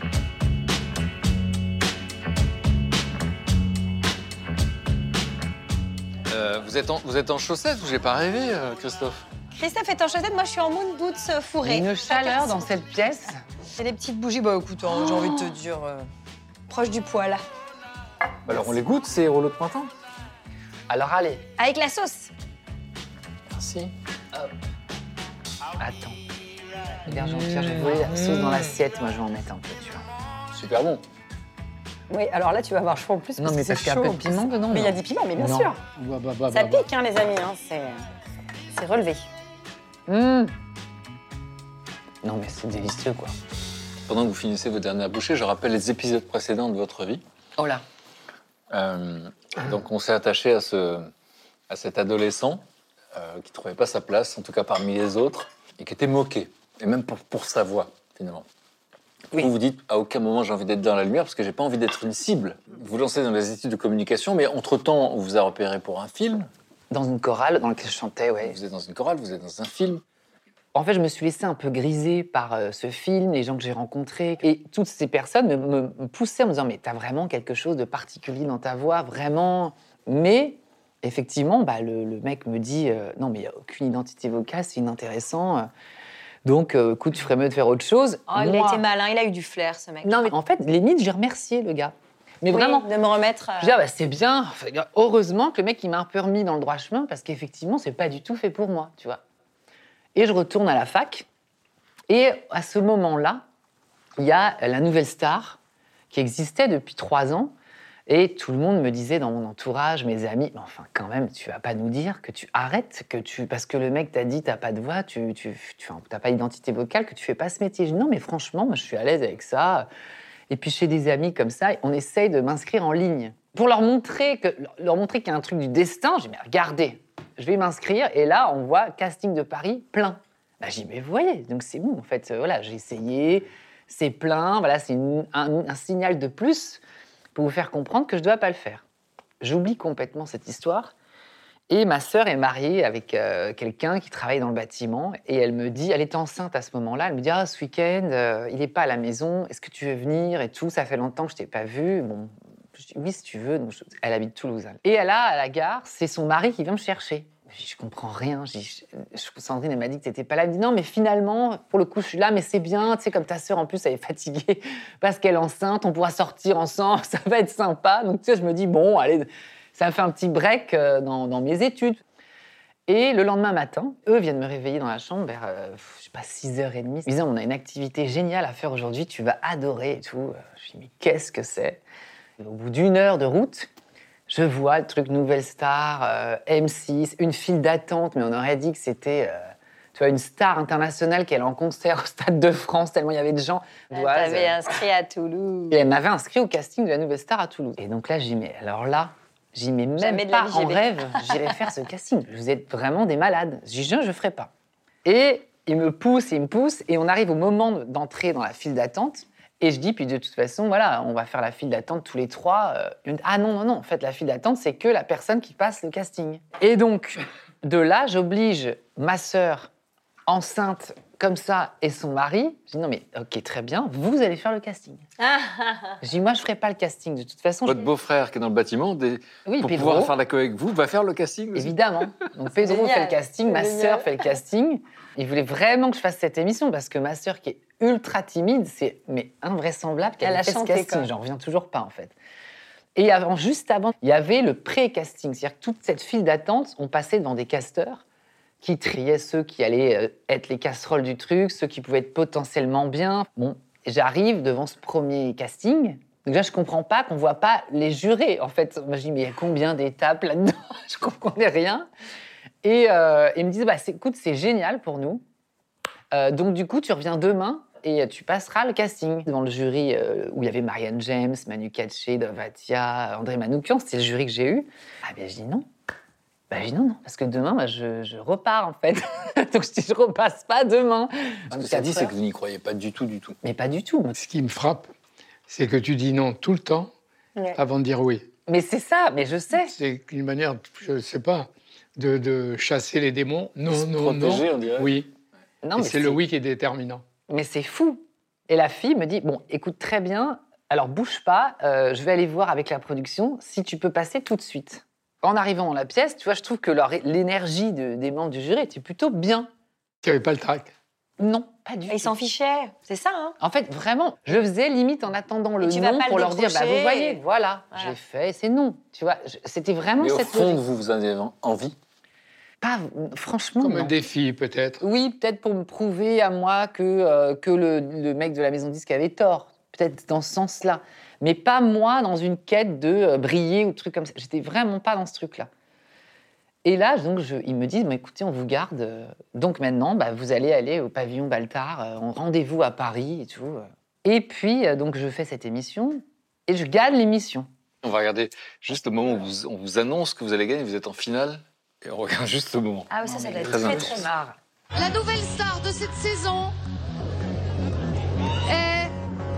Euh, vous, êtes en, vous êtes en chaussettes ou j'ai pas rêvé, euh, Christophe? Christophe est en chaussette, moi je suis en moon boots euh, fourrés. Une Chacun chaleur son- dans cette pièce. C'est des petites bougies, bah écoute, hein, j'ai envie de te dire, euh, proche du poil. Alors on les goûte, ces rouleaux de printemps? Alors allez, Avec la sauce. Merci. attends. Regarde, Jean-Pierre, j'ai volé la sauce dans l'assiette. Moi, je vais en mettre un peu, tu vois. Super bon. Oui, alors là, tu vas avoir chaud en plus. Non, mais que parce c'est qu'il y a un chaud, peu en de plus. piment dedans, Mais il y a non du piment, mais bien Non. sûr. Bah, bah, bah, Ça bah, bah. pique, hein, les amis, hein, c'est... c'est relevé. Mmh. Non, mais c'est délicieux, quoi. Pendant que vous finissez vos dernières bouchées, je rappelle les épisodes précédents de votre vie. Oh là. Euh, donc on s'est attaché à, ce, à cet adolescent euh, qui ne trouvait pas sa place, en tout cas parmi les autres, et qui était moqué, et même pour, pour sa voix, finalement. Oui. Vous vous dites, à aucun moment j'ai envie d'être dans la lumière, parce que j'ai pas envie d'être une cible. Vous lancez dans les études de communication, mais entre-temps, on vous a repéré pour un film. Dans une chorale dans laquelle je chantais, ouais. Vous êtes dans une chorale, vous êtes dans un film. En fait, je me suis laissée un peu griser par euh, ce film, les gens que j'ai rencontrés. Et toutes ces personnes me, me- me poussaient en me disant « Mais t'as vraiment quelque chose de particulier dans ta voix, vraiment ?» Mais effectivement, bah, le, le mec me dit euh, « Non, mais il n'y a aucune identité vocale, c'est inintéressant. Donc, euh, écoute, tu ferais mieux de faire autre chose. Oh, il a Moi- été malin, il a eu du flair, ce mec. Non, mais en fait, limite, j'ai remercié le gars. Mais Oui, vraiment. de me remettre... euh, Je dis, ah bah, c'est bien. Enfin, heureusement que le mec, il m'a un peu remis dans le droit chemin parce qu'effectivement, c'est pas du tout fait pour moi, tu vois. Et je retourne à la fac. Et à ce moment-là, il y a la Nouvelle Star qui existait depuis trois ans. Et tout le monde me disait dans mon entourage, mes amis, mais enfin, quand même, tu vas pas nous dire que tu arrêtes, que tu, parce que le mec t'a dit, t'as pas de voix, tu, tu, tu t'as pas d'identité vocale, que tu fais pas ce métier. Je dis, non, mais franchement, moi, je suis à l'aise avec ça. Et puis, chez des amis comme ça, on essaye de m'inscrire en ligne pour leur montrer que, leur montrer qu'il y a un truc du destin. Je dis, mais regardez, je vais m'inscrire. Et là, on voit casting de Paris plein. Bah, je dis, mais vous voyez, donc c'est bon, en fait. Euh, voilà, j'ai essayé, c'est plein. Voilà, c'est une- un, un signal de plus pour vous faire comprendre que je ne dois pas le faire. J'oublie complètement cette histoire. Et ma sœur est mariée avec euh, quelqu'un qui travaille dans le bâtiment. Et elle me dit, elle était enceinte à ce moment-là, elle me dit, ah, ce week-end, euh, il n'est pas à la maison, est-ce que tu veux venir et tout, ça fait longtemps que je ne t'ai pas vu. Bon, Je dis, oui, si tu veux. Donc, je- elle habite Toulouse. Elle. Et là, à la gare, c'est son mari qui vient me chercher. Je dis, je comprends rien. Je dis, je- je- Sandrine, elle m'a dit que t'étais pas là. Elle me dit, non, mais finalement, pour le coup, je suis là, mais c'est bien. Tu sais, comme ta sœur, en plus, elle est fatiguée parce qu'elle est enceinte. On pourra sortir ensemble. Ça va être sympa. Donc, tu sais, je me dis, bon, allez, ça me fait un petit break euh, dans, dans mes études. Et le lendemain matin, eux viennent me réveiller dans la chambre vers, euh, je sais pas, six heures trente. Ils me disent, on a une activité géniale à faire aujourd'hui, tu vas adorer et tout. Je dis, mais qu'est-ce que c'est? Au bout d'une heure de route, je vois le truc Nouvelle Star, euh, M six, une file d'attente, mais on aurait dit que c'était euh, tu vois, une star internationale qui allait en concert au Stade de France, tellement il y avait de gens. Elle t'avait inscrit à Toulouse. Et elle m'avait inscrit au casting de la Nouvelle Star à Toulouse. Et donc là, j'ai dit, mais alors là, j'y mets même Jamais de la pas vie, en j'ai des- rêve, j'irai faire ce casting. Vous êtes vraiment des malades. Je dis, je ne ferai pas. Et il me pousse, il me pousse, et on arrive au moment d'entrer dans la file d'attente. Et je dis, puis de toute façon, voilà, on va faire la file d'attente tous les trois. Euh, une- Ah non, non, non, en fait, la file d'attente, c'est que la personne qui passe le casting. Et donc, de là, j'oblige ma sœur, enceinte comme ça, et son mari. Je dis, non, mais ok, très bien, vous allez faire le casting. Je dis, moi, je ferai pas le casting. De toute façon, Votre je... beau-frère qui est dans le bâtiment, des- Oui, pour Pedro. pouvoir faire la co avec vous, va faire le casting aussi. Évidemment. Donc Pedro Génial. fait le casting, ma Génial. sœur fait le casting. Il voulait vraiment que je fasse cette émission parce que ma sœur, qui est ultra timide, c'est mais invraisemblable qu'elle Elle ait a fait ce chanté, casting. quoi. J'en reviens toujours pas, en fait. Et avant, juste avant, il y avait le pré-casting. C'est-à-dire que toute cette file d'attente, on passait devant des casteurs qui triaient ceux qui allaient euh, être les casseroles du truc, ceux qui pouvaient être potentiellement bien. Bon, j'arrive devant ce premier casting. Donc là, je comprends pas qu'on voit pas les jurés. En fait, moi, je dis, mais il y a combien d'étapes là-dedans? Je comprenais rien. Et euh, ils me disent, bah, c'est- écoute, c'est génial pour nous. Euh, donc, du coup, tu reviens demain et tu passeras le casting devant le jury euh, où il y avait Marianne James, Manu Katché, Dovatia, André Manoukian. C'était le jury que j'ai eu. Ah, bien, je dis non. Bah, je dis non, non, parce que demain, moi, je, je repars, en fait. Donc, je dis, je repasse pas demain. Ce que ça dit, c'est que vous n'y croyez pas du tout, du tout. Mais pas du tout. Ce qui me frappe, c'est que tu dis non tout le temps Ouais. avant de dire oui. Mais c'est ça, mais je sais. C'est une manière, je ne sais pas, de, de chasser les démons. Non, Se non, protéger, non. on dirait. Oui. Non, Et mais c'est le oui qui est déterminant. Mais c'est fou. Et la fille me dit, bon, écoute, très bien, alors bouge pas, euh, je vais aller voir avec la production si tu peux passer tout de suite. En arrivant dans la pièce, tu vois, je trouve que leur- l'énergie de- des membres du jury était plutôt bien. Tu n'avais pas le trac. Non, pas du tout. Ils s'en fichaient, c'est ça, hein? En fait, vraiment, je faisais limite en attendant le Et tu vas non pas pour le leur dire, bah, décrocher. vous voyez, voilà, Voilà. j'ai fait, et c'est non. Tu vois, je- c'était vraiment Mais au cette fond, logique. vous, vous en avez envie. Pas, franchement, Comme non. un défi, peut-être. Oui, peut-être pour me prouver à moi que, euh, que le, le mec de la maison de disque avait tort. Peut-être dans ce sens-là. Mais pas moi dans une quête de euh, briller ou de trucs comme ça. J'étais vraiment pas dans ce truc-là. Et là, donc, je, ils me disent, bah, écoutez, on vous garde. euh, Donc maintenant, bah, vous allez aller au pavillon Baltard. euh, on rendez-vous à Paris et tout. euh. Et puis, euh, donc, je fais cette émission et je gagne l'émission. On va regarder juste le moment où vous- on vous annonce que vous allez gagner, vous êtes en finale, et on regarde juste ce moment. Ah oui, ça, ça doit être Très très, intense. très marre. La nouvelle star de cette saison est...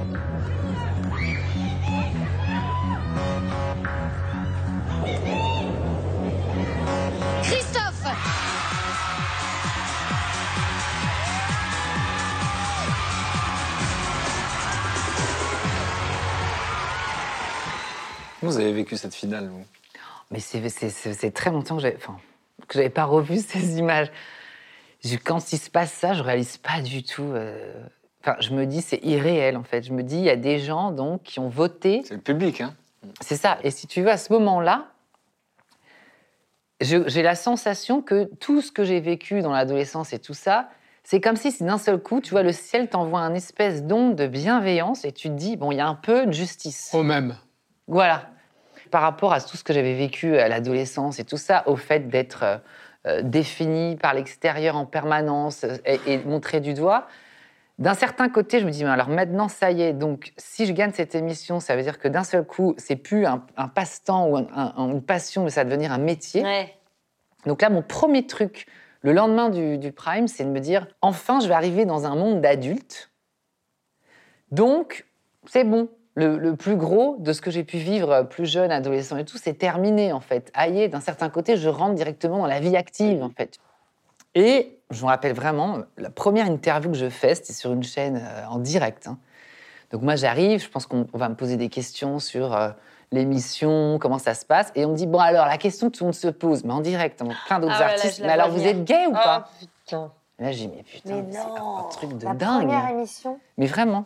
Christophe. Comment vous avez vécu cette finale, vous? Mais c'est- c'est c'est- c'est très longtemps que j'avais enfin, que j'avais pas revu ces images. Je- Quand il se passe ça, je réalise pas du tout. euh, Enfin, je me dis, c'est irréel, en fait. Je me dis, il y a des gens, donc, qui ont voté. C'est le public, hein? C'est ça. Et si tu veux, à ce moment-là, je- j'ai la sensation que tout ce que j'ai vécu dans l'adolescence et tout ça, c'est comme si, d'un seul coup, tu vois, le ciel t'envoie un espèce d'onde de bienveillance et tu te dis, bon, il y a un peu de justice. Au même. Voilà. Par rapport à tout ce que j'avais vécu à l'adolescence et tout ça, au fait d'être euh, euh, défini par l'extérieur en permanence euh, et, et montré du doigt, d'un certain côté, je me dis, mais alors maintenant, ça y est, donc si je gagne cette émission, ça veut dire que d'un seul coup, c'est plus un, un passe-temps ou un- un- une passion, mais ça va devenir un métier. Ouais. Donc là, mon premier truc, le lendemain du, du Prime, c'est de me dire, enfin, je vais arriver dans un monde d'adultes. Donc, c'est bon. Le, le plus gros de ce que j'ai pu vivre plus jeune, adolescent et tout, c'est terminé, en fait. Aïe, d'un certain côté, je rentre directement dans la vie active, en fait. Et je me rappelle vraiment, la première interview que je fais, c'était sur une chaîne euh, en direct. hein. Donc moi, j'arrive, je pense qu'on on va me poser des questions sur euh, l'émission, comment ça se passe. Et on me dit, bon alors, la question que tout le monde se pose, mais en direct, hein, plein d'autres Ah ouais, là, artistes, je la mais alors vois vous venir. êtes gay ou Oh, pas putain. Et là, j'ai dit, mais putain, Mais c'est non, un truc de la dingue. première émission. Mais vraiment.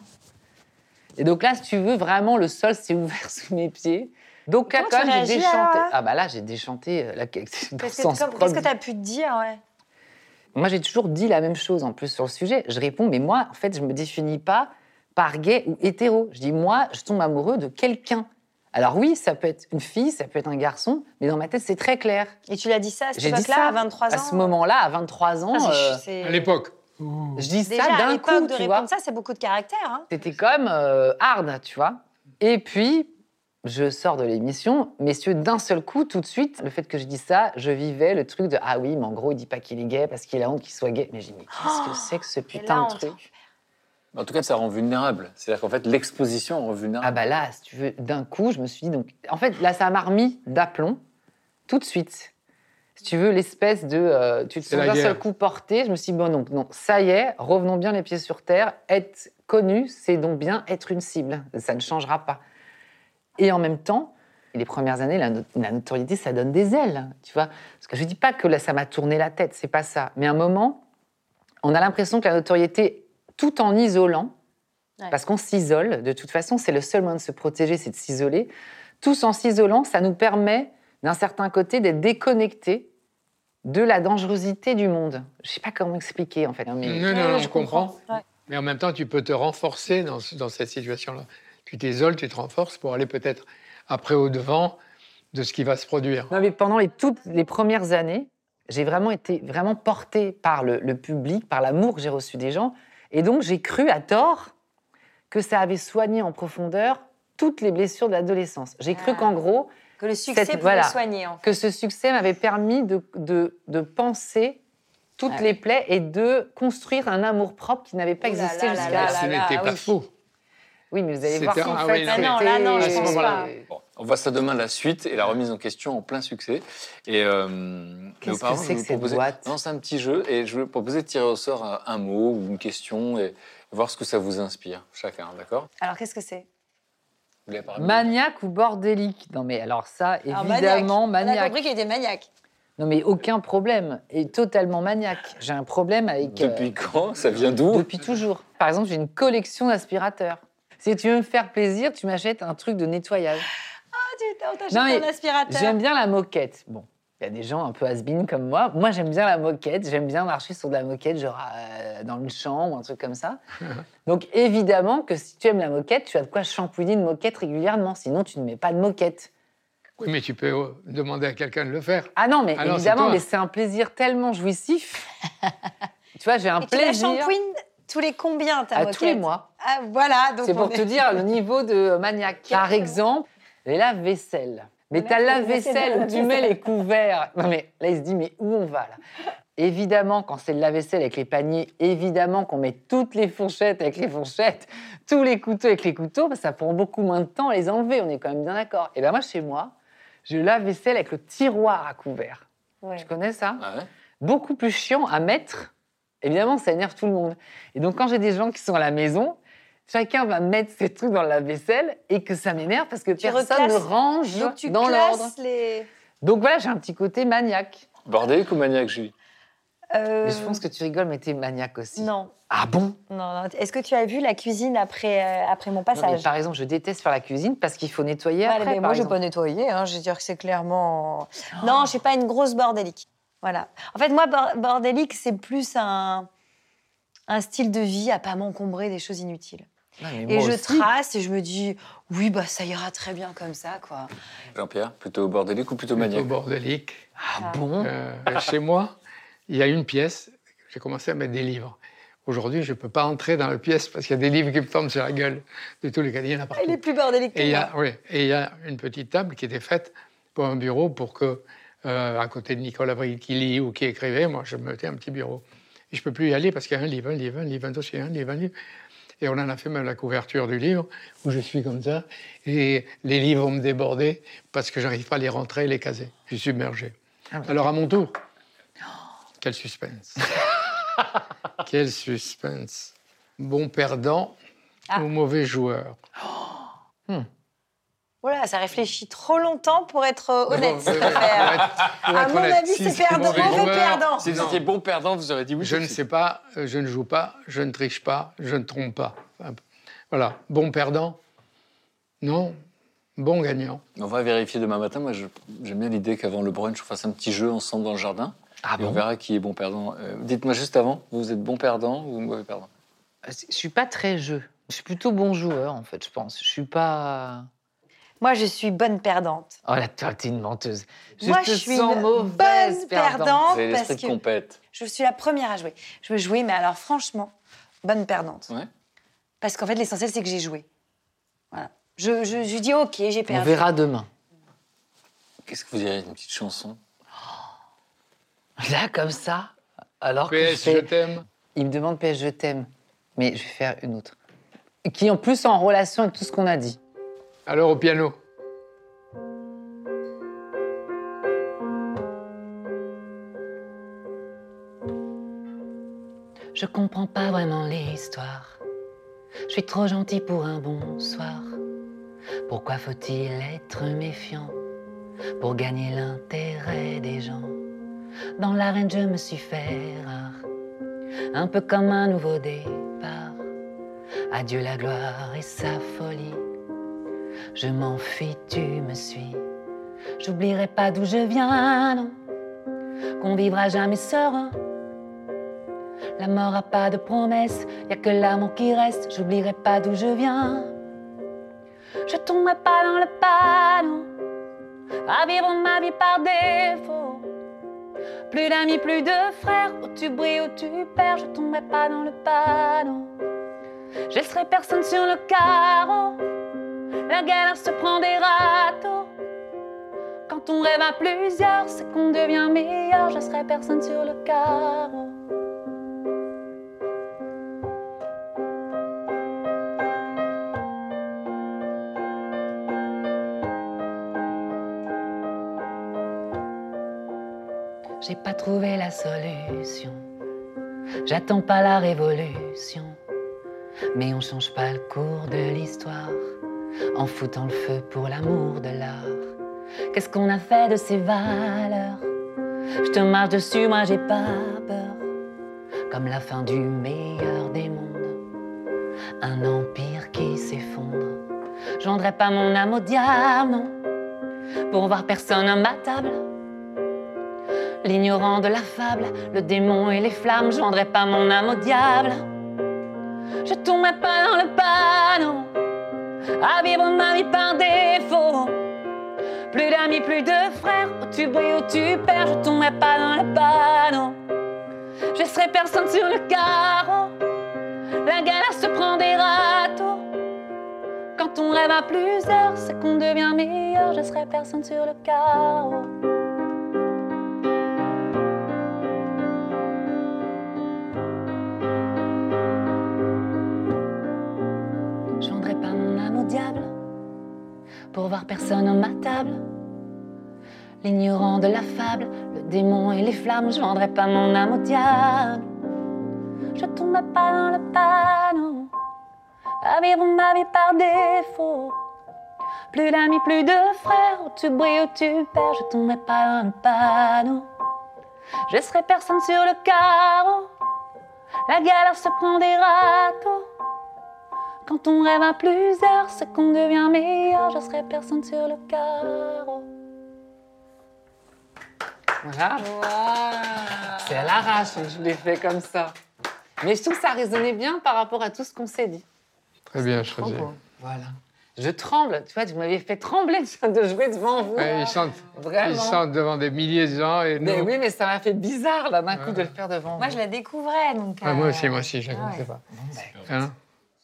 Et donc là, si tu veux, vraiment, le sol s'est ouvert sous mes pieds. Donc là, Comment quand tu même, j'ai réagis, alors, déchanté. là Ah bah là, j'ai déchanté euh, la... dans le Qu'est-ce que sens comme- propre qu'est-ce que du- tu as pu te dire, ouais. Moi, j'ai toujours dit la même chose en plus sur le sujet. Je réponds, mais moi, en fait, je me définis pas par gay ou hétéro. Je dis, moi, je tombe amoureux de quelqu'un. Alors oui, ça peut être une fille, ça peut être un garçon, mais dans ma tête, c'est très clair. Et tu l'as dit ça à cette J'ai dit époque-là, ça à vingt-trois ans à ce moment-là, à vingt-trois ans. Ah, c'est- euh, c'est- À l'époque. Je dis Déjà, ça à d'un l'époque coup, de tu répondre vois. ça, c'est beaucoup de caractère. Hein. C'était comme euh, hard, tu vois. Et puis, je sors de l'émission, messieurs, d'un seul coup, tout de suite, le fait que je dise ça, je vivais le truc de « Ah oui, mais en gros, il dit pas qu'il est gay parce qu'il a honte qu'il soit gay. » Mais j'ai dit « Mais qu'est-ce que c'est que ce putain la de honte. truc ?» En tout cas, ça rend vulnérable. C'est-à-dire qu'en fait, l'exposition rend vulnérable. Ah bah là, si tu veux, d'un coup, je me suis dit... donc, en fait, là, ça m'a remis d'aplomb, tout de suite. Si tu veux, l'espèce de... euh, tu te C'est sens la d'un guerre. seul coup porté. Je me suis dit, bon, donc, non, ça y est, revenons bien les pieds sur terre. Être connu, c'est donc bien être une cible. Ça ne changera pas. Et en même temps, les premières années, la, no- la notoriété, ça donne des ailes, tu vois. Parce que je dis pas que là, ça m'a tourné la tête, c'est pas ça. Mais à un moment, on a l'impression que la notoriété, tout en isolant, Ouais. parce qu'on s'isole, de toute façon, c'est le seul moyen de se protéger, c'est de s'isoler. Tous en s'isolant, ça nous permet, d'un certain côté, d'être déconnectés de la dangerosité du monde. Je sais pas comment expliquer, en fait. hein, mais- Non, non, Ouais, non, je je comprends. Ouais. Mais en même temps, tu peux te renforcer dans, ce- dans cette situation-là. Tu t'isoles, tu te renforces pour aller peut-être après au-devant de ce qui va se produire. Non, mais pendant les, toutes les premières années, j'ai vraiment été vraiment portée par le, le public, par l'amour que j'ai reçu des gens. Et donc, j'ai cru à tort que ça avait soigné en profondeur toutes les blessures de l'adolescence. J'ai cru Ah. qu'en gros, Que le succès Cette- pouvait voilà. soigner. En fait. que ce succès m'avait permis de, de, de penser toutes Ouais. les plaies et de construire un amour-propre qui n'avait pas Ouh là existé là là jusqu'à là là. là ce là, n'était pas oui. faux. Oui, mais vous allez voir C'était- qu'en ah fait, oui, non, mais- non, là, non, à je ce pense moment-là. pas. Bon, on voit ça demain, la suite et la remise en question en plein succès. Et euh, mais Qu'est-ce auparavant, que je c'est vais que vous cette proposer- boîte Non, c'est un petit jeu et je vais vous proposer de tirer au sort un, un mot ou une question et voir ce que ça vous inspire, chacun, d'accord? Alors, qu'est-ce que c'est Vous l'avez parlé. Maniaque ou bordélique? Non, mais alors ça, Alors, évidemment, maniaque. On a maniaque. compris qu'il était maniaque. Non, mais aucun problème. Et totalement maniaque. J'ai un problème avec... euh, Depuis quand? Ça vient d'où? Depuis toujours. Par exemple, j'ai une collection d'aspirateurs. Si tu veux me faire plaisir, tu m'achètes un truc de nettoyage. Ah, tu on t'achète Non, mais un aspirateur. J'aime bien la moquette. Bon, il y a des gens un peu has-been comme moi. Moi, j'aime bien la moquette. J'aime bien marcher sur de la moquette, genre euh, dans le champ ou un truc comme ça. Donc, évidemment que si tu aimes la moquette, tu as de quoi shampouiner une moquette régulièrement. Sinon, tu ne mets pas de moquette. Oui, mais tu peux euh, demander à quelqu'un de le faire. Ah non, mais Ah non, c'est évidemment, toi. mais c'est un plaisir tellement jouissif. Tu vois, j'ai un Et tu la plaisir. shampouines tous les combien, ta À moquette tous les mois. Ah, voilà. donc C'est on pour est- te dire le niveau de maniaque. Par exemple, les lave-vaisselle. Mais ta lave-vaisselle où tu mets les couverts. Non, mais là, il se dit, mais où on va, là? Évidemment, quand c'est le lave-vaisselle avec les paniers, évidemment qu'on met toutes les fourchettes avec les fourchettes, tous les couteaux avec les couteaux, parce que ça prend beaucoup moins de temps à les enlever, on est quand même bien d'accord. Et bien moi, chez moi, je lave-vaisselle avec le tiroir à couverts. Ouais. Tu connais ça? Ah ouais? Beaucoup plus chiant à mettre. Évidemment, ça énerve tout le monde. Et donc, quand j'ai des gens qui sont à la maison, chacun va mettre ses trucs dans le lave-vaisselle et que ça m'énerve parce que Tu personne ne reclasses- range Donc, tu dans classes l'ordre. les... Donc voilà, j'ai un petit côté maniaque. Bordélique ou maniaque, Julie? Euh, Mais je pense que tu rigoles, mais t'es maniaque aussi. Non. Ah bon? Non, non. Est-ce que tu as vu la cuisine après, euh, après mon Non, mais passage par exemple, je déteste faire la cuisine parce qu'il faut nettoyer Ouais, après, mais par moi, je vais exemple. pas nettoyer. Hein. Je veux dire que c'est clairement. Non, je suis pas une grosse bordélique. Voilà. En fait, moi, bor- bordélique, c'est plus un, un style de vie à pas m'encombrer des choses inutiles. Non, mais Et moi je aussi. trace et je me dis, oui, bah ça ira très bien comme ça, quoi. Jean-Pierre, plutôt bordélique ou plutôt maniaque? Plutôt bordélique. Ah bon? Euh, chez moi, il y a une pièce, j'ai commencé à mettre des livres. Aujourd'hui, je ne peux pas entrer dans la pièce parce qu'il y a des livres qui me tombent sur la gueule. De tous les cas, il y en a partout. Elle est plus bordélique que Et il y moi. a, oui, et il y a une petite table qui était faite pour un bureau pour que, euh, à côté de Nicolas Brie qui lit ou qui écrivait, moi, je me mettais un petit bureau. Et je ne peux plus y aller parce qu'il y a un livre, un livre, un livre, un dossier, un livre, un livre. Et on en a fait même la couverture du livre, où je suis comme ça, et les livres vont me déborder parce que je n'arrive pas à les rentrer et les caser. Je suis submergé. Alors, à mon tour, quel suspense. Quel suspense. Bon perdant Ah. ou mauvais joueur? Hmm. Voilà, ça réfléchit trop longtemps pour être euh, honnête, Non, cette pour affaire. être- pour À être mon honnête, avis, si c'est c'est perdant, mauvais mauvais joueur, perdant. Si vous étiez bon perdant, vous aurez dit oui. Je ne sais pas, euh, je ne joue pas, je ne triche pas, je ne trompe pas. Enfin, voilà, bon perdant, non, bon gagnant. On va vérifier demain matin. Moi, je- j'aime bien l'idée qu'avant le brunch, on fasse un petit jeu ensemble dans le jardin. Ah et on bon verra qui est bon perdant. Euh, Dites-moi juste avant, vous êtes bon perdant ou mauvais perdant? Je suis pas très jeu. Je suis plutôt bon joueur, en fait, je pense. Je suis pas... Moi, je suis bonne perdante. Oh là, toi, t'es une menteuse. Moi, te je suis sens une mauvaise bonne perdante. perdante Vous avez parce l'esprit de que compète. je suis la première à jouer. Je veux jouer, mais alors franchement, bonne perdante. Ouais. Parce qu'en fait, l'essentiel, c'est que j'ai joué. Voilà. Je, je, je dis OK, j'ai On perdu. verra demain. Qu'est-ce que vous diriez d'une petite chanson? Là, comme ça, alors que P S, je fais- je t'aime. Il me demande P S, je t'aime. Mais je vais faire une autre. Qui, en plus, est en relation avec tout ce qu'on a dit. Alors au piano. Je comprends pas vraiment l'histoire. Je suis trop gentil pour un bonsoir. Pourquoi faut-il être méfiant pour gagner l'intérêt des gens? Dans l'arène, je me suis fait rare, un peu comme un nouveau départ. Adieu la gloire et sa folie. Je m'enfuis, tu me suis. J'oublierai pas d'où je viens, non. Qu'on vivra jamais serein. La mort a pas de promesse, y a que l'amour qui reste. J'oublierai pas d'où je viens. Je tomberai pas dans le panneau à vivre ma vie par défaut. Plus d'amis, plus de frères, où tu brilles, où tu perds. Je tomberai pas dans le panneau. Je laisserai personne sur le carreau. La galère se prend des râteaux. Quand on rêve à plusieurs, c'est qu'on devient meilleur. Je laisserai personne sur le carreau. J'ai pas trouvé la solution. J'attends pas la révolution. Mais on change pas le cours de l'histoire en foutant le feu pour l'amour de l'art. Qu'est-ce qu'on a fait de ces valeurs? Je te marche dessus, moi j'ai pas peur. Comme la fin du meilleur des mondes, un empire qui s'effondre. Je vendrai pas mon âme au diable, non, pour voir personne à ma table. L'ignorant de la fable, le démon et les flammes, je vendrai pas mon âme au diable. Je tomberai pas dans le panneau à vivre ma vie par défaut. Plus d'amis, plus de frères, où tu brilles, où tu perds. Je tomberai pas dans le panneau. Je laisserai personne sur le carreau. La galère se prend des râteaux. Quand on rêve à plusieurs, c'est qu'on devient meilleur. Je laisserai personne sur le carreau. Je vendrai pas mon âme au diable pour voir personne à ma table. L'ignorant de la fable, le démon et les flammes, je vendrai pas mon âme au diable. Je tomberai pas dans le panneau à vivre ma vie par défaut. Plus d'amis, plus de frères, où tu brilles, où tu perds. Je tomberai pas dans le panneau. Je laisserai personne sur le carreau. La galère se prend des râteaux. Quand on rêve à plusieurs, c'est qu'on devient meilleur. Je laisserai personne sur le carreau. Voilà. C'est à l'arrache, je l'ai fait comme ça. Mais je trouve que ça résonnait bien par rapport à tout ce qu'on s'est dit. Très bien choisi. Voilà. Je tremble, tu vois, tu m'avais fait trembler de jouer devant vous. Ouais, ils, chantent, Vraiment. ils chantent devant des milliers de gens. Et Mais nous- oui, mais ça m'a fait bizarre là d'un coup Ouais. de le faire devant Moi, vous. je la découvrais, donc... Ah, euh, moi aussi, moi aussi, je ne ah connaissais ouais. pas. Bon, bah, Hein?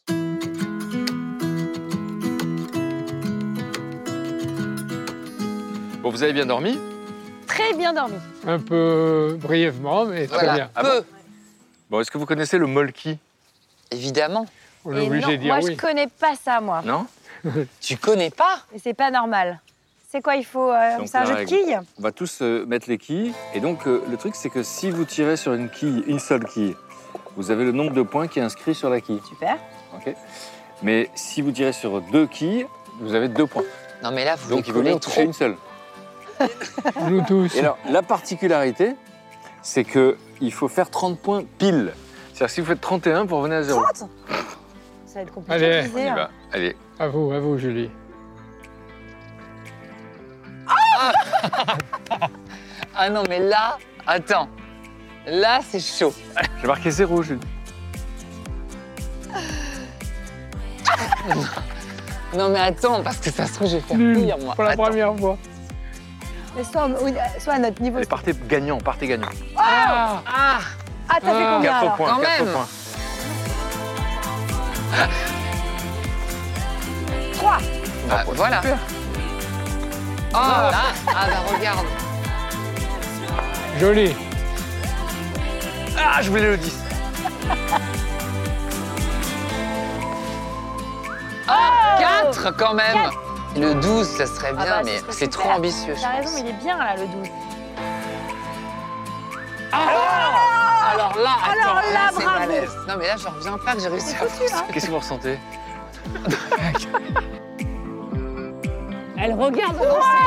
Bon, vous avez bien dormi? Très bien dormi. Un peu brièvement, mais très Voilà, bien. Ah peu, Bon, est-ce que vous connaissez le molki? évidemment. On est Et obligé non, de dire moi, oui. je connais pas ça, moi. Non? Tu connais pas? Et c'est pas normal. C'est quoi, il faut... euh, Donc, c'est un la jeu de règle. quilles? On va tous euh, mettre les quilles. Et donc, euh, le truc, c'est que si vous tirez sur une quille, une seule quille, vous avez le nombre de points qui est inscrit sur la quille. Super. Ok. Mais si vous tirez sur deux quilles, vous avez deux points. Non, mais là, vous Donc il vaut mieux en toucher une seule. Nous tous. Et alors, la particularité, c'est qu'il faut faire trente points pile. C'est-à-dire que si vous faites trente et un, vous revenez à zéro. trente Ça va être compliqué Allez. à On viser. y hein. va. Allez. À vous, à vous, Julie. Ah non, mais là, attends. Là, c'est chaud. J'ai marqué zéro, Jules. Non, mais attends, parce que ça se trouve, je vais faire Nul, pire, moi. pour la Attends. première fois. Mais soit, oui, soit à notre niveau. Allez, partez gagnant, partez gagnant. Ah Ah Ah, t'as fait combien quatre alors points, Quand quatre même. points. trois Ah, voilà. Super. Oh, là Ah, bah regarde. Joli. Ah, je voulais le dix. Ah, quatre quand même. Le douze, ça serait bien, Ah bah, mais ce serait c'est super. trop ambitieux. je T'as pense. raison, il est bien là, le douze. Ah Alors là, Alors attends, là, c'est bravo. balèze. Non, mais là, je reviens pas que j'ai réussi à foutu, hein. Qu'est-ce que vous ressentez? Elle regarde.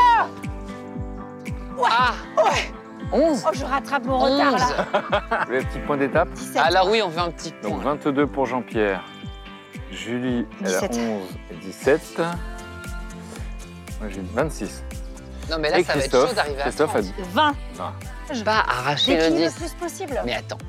Ah onze. Oh, je rattrape mon retard là. Vous avez un petit point d'étape. dix-sept. Alors oui, on veut un petit Donc point. vingt-deux pour Jean-Pierre. Julie, elle a dix-sept. onze et dix-sept. Moi, j'ai vingt-six. Non, mais là, Et ça va être Christophe, chaud d'arriver à Christophe a trente. vingt. vingt. Pas arracher le Décline le dix. plus possible. Mais attends.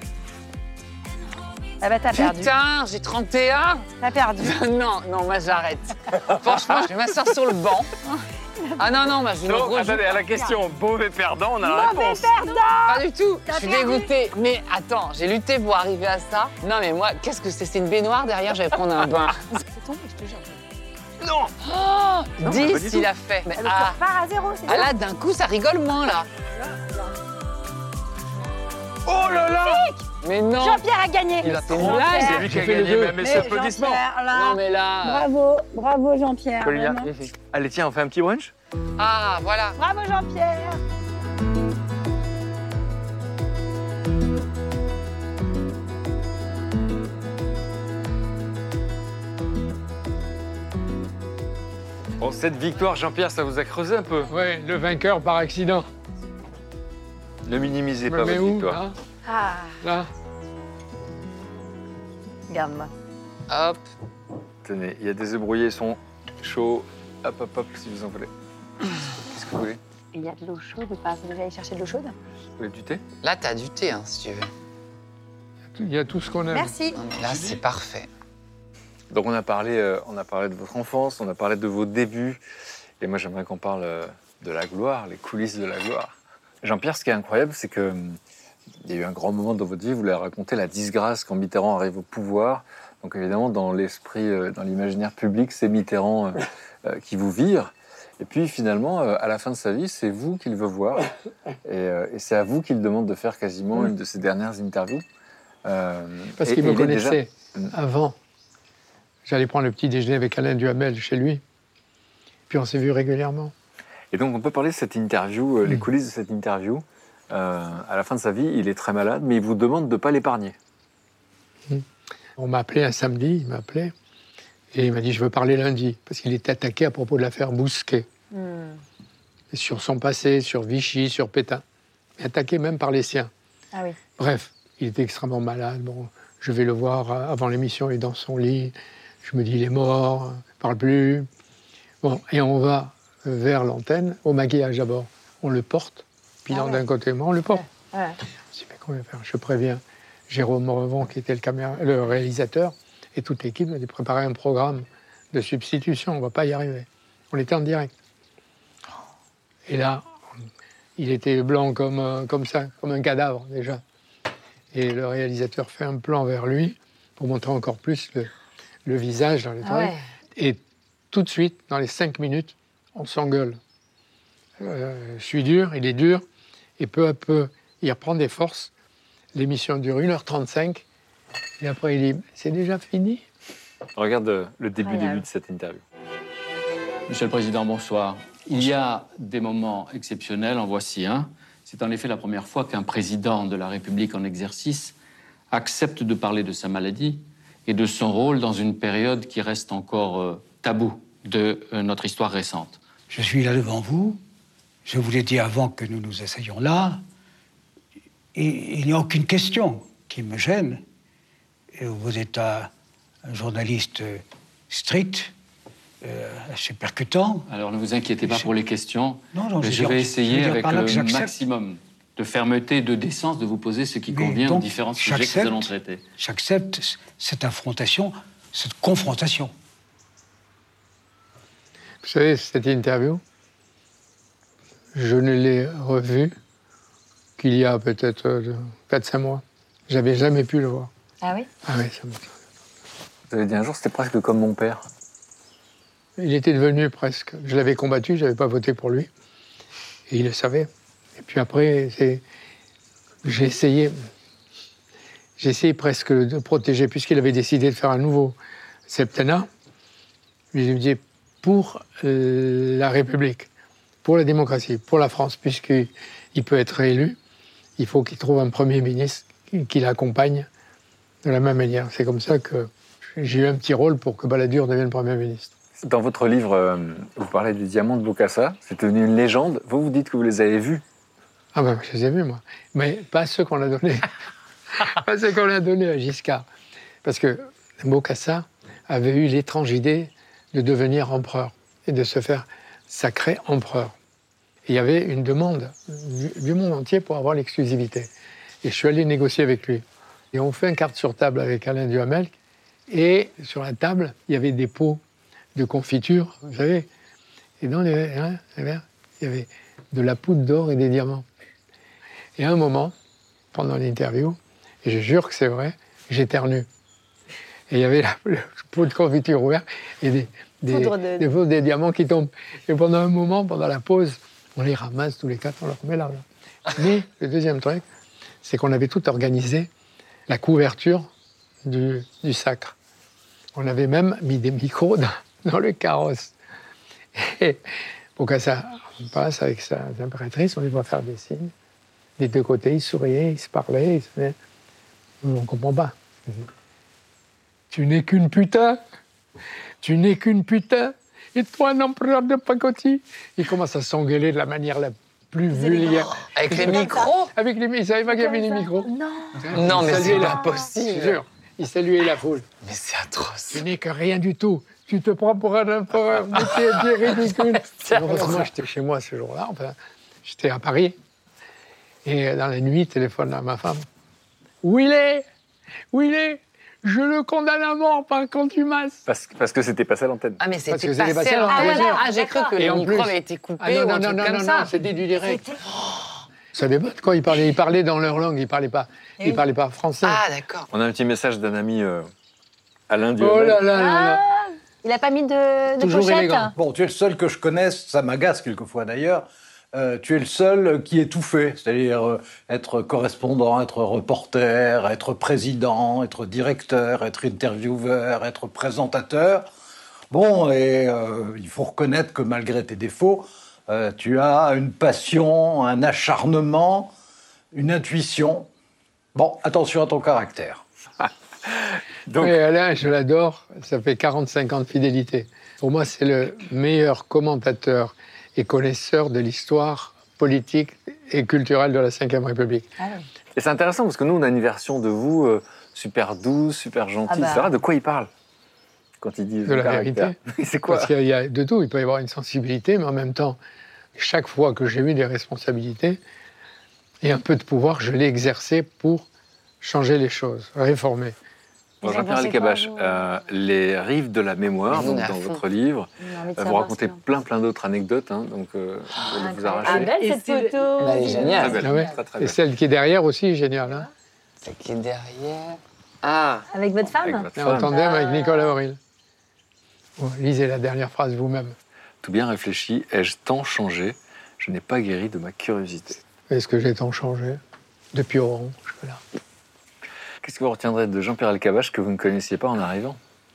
Ah bah t'as perdu. Putain, j'ai trente et un. T'as perdu. Non, non, moi j'arrête. Franchement, je vais m'asseoir sur le banc. Ah non, non, moi je ne Donc, rejoue attendez, à la question mauvais perdant, on a la Mauvais réponse. perdant. pas du tout. T'as Je suis perdu. dégoûtée. Mais attends, j'ai lutté pour arriver à ça. Non, mais moi, qu'est-ce que c'est? C'est une baignoire derrière, j'allais prendre un bain. C'est tombé, je te jure. Non. Oh, pas dix, du tout. il a fait. Mais Le ah, score part à zéro, c'est ah là, d'un coup, ça rigole moins là. Oh là là. Mais non. Jean-Pierre a gagné. Il a Jean-Pierre. une blague. C'est lui qui a J'ai fait les gagné, deux. même Mais ses applaudissements. Jean-Pierre, là. Non, mais là. Bravo, bravo Jean-Pierre. Pauline, vraiment. allez, tiens, on fait un petit brunch. Ah, voilà. Bravo Jean-Pierre. Bon, cette victoire, Jean-Pierre, ça vous a creusé un peu. Ouais, le vainqueur par accident. Ne minimisez Je pas me mets votre où, victoire. là Ah, Là. regarde-moi. Hop. Tenez, il y a des œufs brouillés, ils sont chauds. Hop, hop, hop, si vous en voulez. Qu'est-ce que vous voulez? Il y a de l'eau chaude ou pas? Vous voulez aller chercher de l'eau chaude? Vous voulez du thé? Là, t'as du thé, hein, si tu veux. Il y a tout ce qu'on aime. Merci. Non, mais là, c'est parfait. Donc on a parlé, euh, on a parlé de votre enfance, on a parlé de vos débuts, et moi j'aimerais qu'on parle euh, de la gloire, les coulisses de la gloire. Jean-Pierre, ce qui est incroyable, c'est que hum, il y a eu un grand moment dans votre vie, vous l'avez raconté, la disgrâce quand Mitterrand arrive au pouvoir. Donc évidemment, dans l'esprit, euh, dans l'imaginaire public, c'est Mitterrand euh, euh, qui vous vire. Et puis finalement, euh, à la fin de sa vie, c'est vous qu'il veut voir, et, euh, et c'est à vous qu'il demande de faire quasiment une de ses dernières interviews. Euh, Parce et- qu'il et me il est déjà- connaissait avant. J'allais prendre le petit déjeuner avec Alain Duhamel chez lui. Puis on s'est vus régulièrement. Et donc, on peut parler de cette interview, euh, les Mm. coulisses de cette interview. Euh, à la fin de sa vie, il est très malade, mais il vous demande de ne pas l'épargner. On m'a appelé un samedi, il m'a appelé. Et il m'a dit, je veux parler lundi. Parce qu'il était attaqué à propos de l'affaire Bousquet. Et sur son passé, sur Vichy, sur Pétain. Et attaqué même par les siens. Ah oui. Bref, il était extrêmement malade. Bon, je vais le voir euh, avant l'émission, il est dans son lit. Je me dis, il est mort, il parle plus. Bon, et on va vers l'antenne, au maquillage d'abord. On le porte, bilan Ah ouais. d'un côté, mais on le porte. Ouais. Je dis, mais comment faire? Je préviens Jérôme Morevon, qui était le, caméra, le réalisateur, et toute l'équipe m'a dit, préparer un programme de substitution, on ne va pas y arriver. On était en direct. Et là, il était blanc comme, euh, comme ça, comme un cadavre déjà. Et le réalisateur fait un plan vers lui pour montrer encore plus le, le visage dans les Ah trucs. ouais. Et tout de suite, dans les cinq minutes, on s'engueule. Euh, je suis dur, il est dur, et peu à peu, il reprend des forces. L'émission dure une heure trente-cinq, et après il dit, c'est déjà fini? Regarde euh, le début, Incroyable. début de cette interview. Monsieur le Président, bonsoir. Il y a des moments exceptionnels, en voici un. C'est en effet la première fois qu'un président de la République en exercice accepte de parler de sa maladie et de son rôle dans une période qui reste encore euh, taboue de euh, notre histoire récente. Je suis là devant vous. Je vous l'ai dit avant que nous nous asseyions là. Et il n'y a aucune question qui me gêne. Et vous êtes un, un journaliste strict, euh, assez percutant. Alors ne vous inquiétez pas Je- pour les questions. Non, non, mais je je veux vais dire- je essayer veux dire avec par là le que j'accepte. maximum de fermeté, de décence, de vous poser ce qui Mais convient aux donc, différents sujets que nous j'accepte- allons traiter. J'accepte c- cette affrontation, cette confrontation. Vous savez, cette interview, je ne l'ai revue qu'il y a peut-être quatre cinq mois. J'avais jamais pu le voir. Ah oui? Ah oui, ça me... Vous avez dit un jour, c'était presque comme mon père. Il était devenu presque. Je l'avais combattu, je n'avais pas voté pour lui. Et il le savait. Et puis après, c'est... j'ai essayé. J'ai essayé presque de le protéger, puisqu'il avait décidé de faire un nouveau septennat. Mais je me disais, pour euh, la République, pour la démocratie, pour la France, puisqu'il peut être réélu, il faut qu'il trouve un Premier ministre qui, qui l'accompagne de la même manière. C'est comme ça que j'ai eu un petit rôle pour que Balladur devienne Premier ministre. Dans votre livre, euh, vous parlez du diamant de Bokassa. C'est devenu une légende. Vous, vous dites que vous les avez vus. Ah ben, je les ai vus, moi. Mais pas ceux qu'on a donnés. Pas ceux qu'on a donnés à Giscard. Parce que Bokassa avait eu l'étrange idée de devenir empereur et de se faire sacré empereur. Et il y avait une demande du, du monde entier pour avoir l'exclusivité. Et je suis allé négocier avec lui. Et on fait un carte sur table avec Alain Duhamel. Et sur la table, il y avait des pots de confiture, vous savez. Et dans les, hein, les verres, il y avait de la poudre d'or et des diamants. Et à un moment, pendant l'interview, et je jure que c'est vrai, j'éternue. Et il y avait la, le pot de confiture ouvert et des, des, Poudre de- des, poudres, des diamants qui tombent. Et pendant un moment, pendant la pause, on les ramasse tous les quatre, on leur met là. là. Mais le deuxième truc, c'est qu'on avait tout organisé, la couverture du, du sacre. On avait même mis des micros dans, dans le carrosse. Et pour que ça passe avec sa impératrice, on les voit faire des signes. Des deux côtés, ils souriaient, ils se parlaient. Ils se... On ne comprend pas. Tu n'es qu'une putain. Tu n'es qu'une putain. Et toi, un empereur de pacotille. Ils commencent à s'engueuler de la manière la plus vulgaire. Avec les micros? Avec les micros. Ils savaient pas qu'il y avait les micros. Non. Non, mais Ils c'est saluaient pas la- possible. Je jure. Ils saluaient la foule. Mais c'est atroce. Tu n'es que rien du tout. Tu te prends pour un empereur. Mais tu es bien ridicule. Heureusement, j'étais chez moi ce jour-là. Enfin, j'étais à Paris. Et dans la nuit, téléphone à ma femme. Où il est? Où il est? Je le condamne à mort par contumace. Parce, parce que c'était passé à l'antenne. Ah, mais Parce c'était que c'était passé passé à à l'antenne. l'antenne. Ah, j'ai cru que Et le en micro plus- avait été coupé Ah non, ou non, un non, truc non, comme non, ça. non, c'était du direct. Vous savez pas de quoi ils parlaient? Ils parlaient dans leur langue, ils parlaient pas, Eh ils oui. parlaient pas français. Ah, d'accord. On a un petit message d'un ami, euh, Alain Duhamel. Oh là là là là. Ah, il a pas mis de, de Toujours pochette? élégant. Bon, tu es le seul que je connaisse, ça m'agace quelquefois d'ailleurs. Euh, tu es le seul qui est tout fait, c'est-à-dire euh, être correspondant, être reporter, être président, être directeur, être intervieweur, être présentateur. Bon, et euh, il faut reconnaître que malgré tes défauts, euh, tu as une passion, un acharnement, une intuition. Bon, attention à ton caractère. Donc... Oui, Alain, je l'adore, ça fait quarante-cinq ans de fidélité. Pour moi, c'est le meilleur commentateur et connaisseur de l'histoire politique et culturelle de la cinquième République. Ah oui. Et c'est intéressant parce que nous, on a une version de vous euh, super douce, super gentille, Ah bah. et cetera. De quoi il parle quand il dit De la caractère vérité. C'est quoi? Parce qu'il y a de tout. Il peut y avoir une sensibilité, mais en même temps, chaque fois que j'ai eu des responsabilités et un peu de pouvoir, je l'ai exercé pour changer les choses, réformer. Bon, Jean-Pierre Elkabbach, euh, les rives de la mémoire, donc, dans votre livre, euh, vous racontez plein plein d'autres anecdotes, hein, donc euh, vous allez vous Ah, arracher. belle cette photo. Elle est géniale. Très belle, Ah ouais. très, très Et belle. celle qui est derrière aussi est géniale. Hein. C'est qui est derrière? Ah, Avec votre femme? Avec votre Et en femme. tandem avec Nicolas Auril. Bon, lisez la dernière phrase vous-même. Tout bien réfléchi, ai-je tant changé? Je n'ai pas guéri de ma curiosité. Est-ce que j'ai tant changé? Depuis Oran, je suis là. Qu'est-ce que vous retiendrez de Jean-Pierre Elkabbach que vous ne connaissiez pas en arrivant?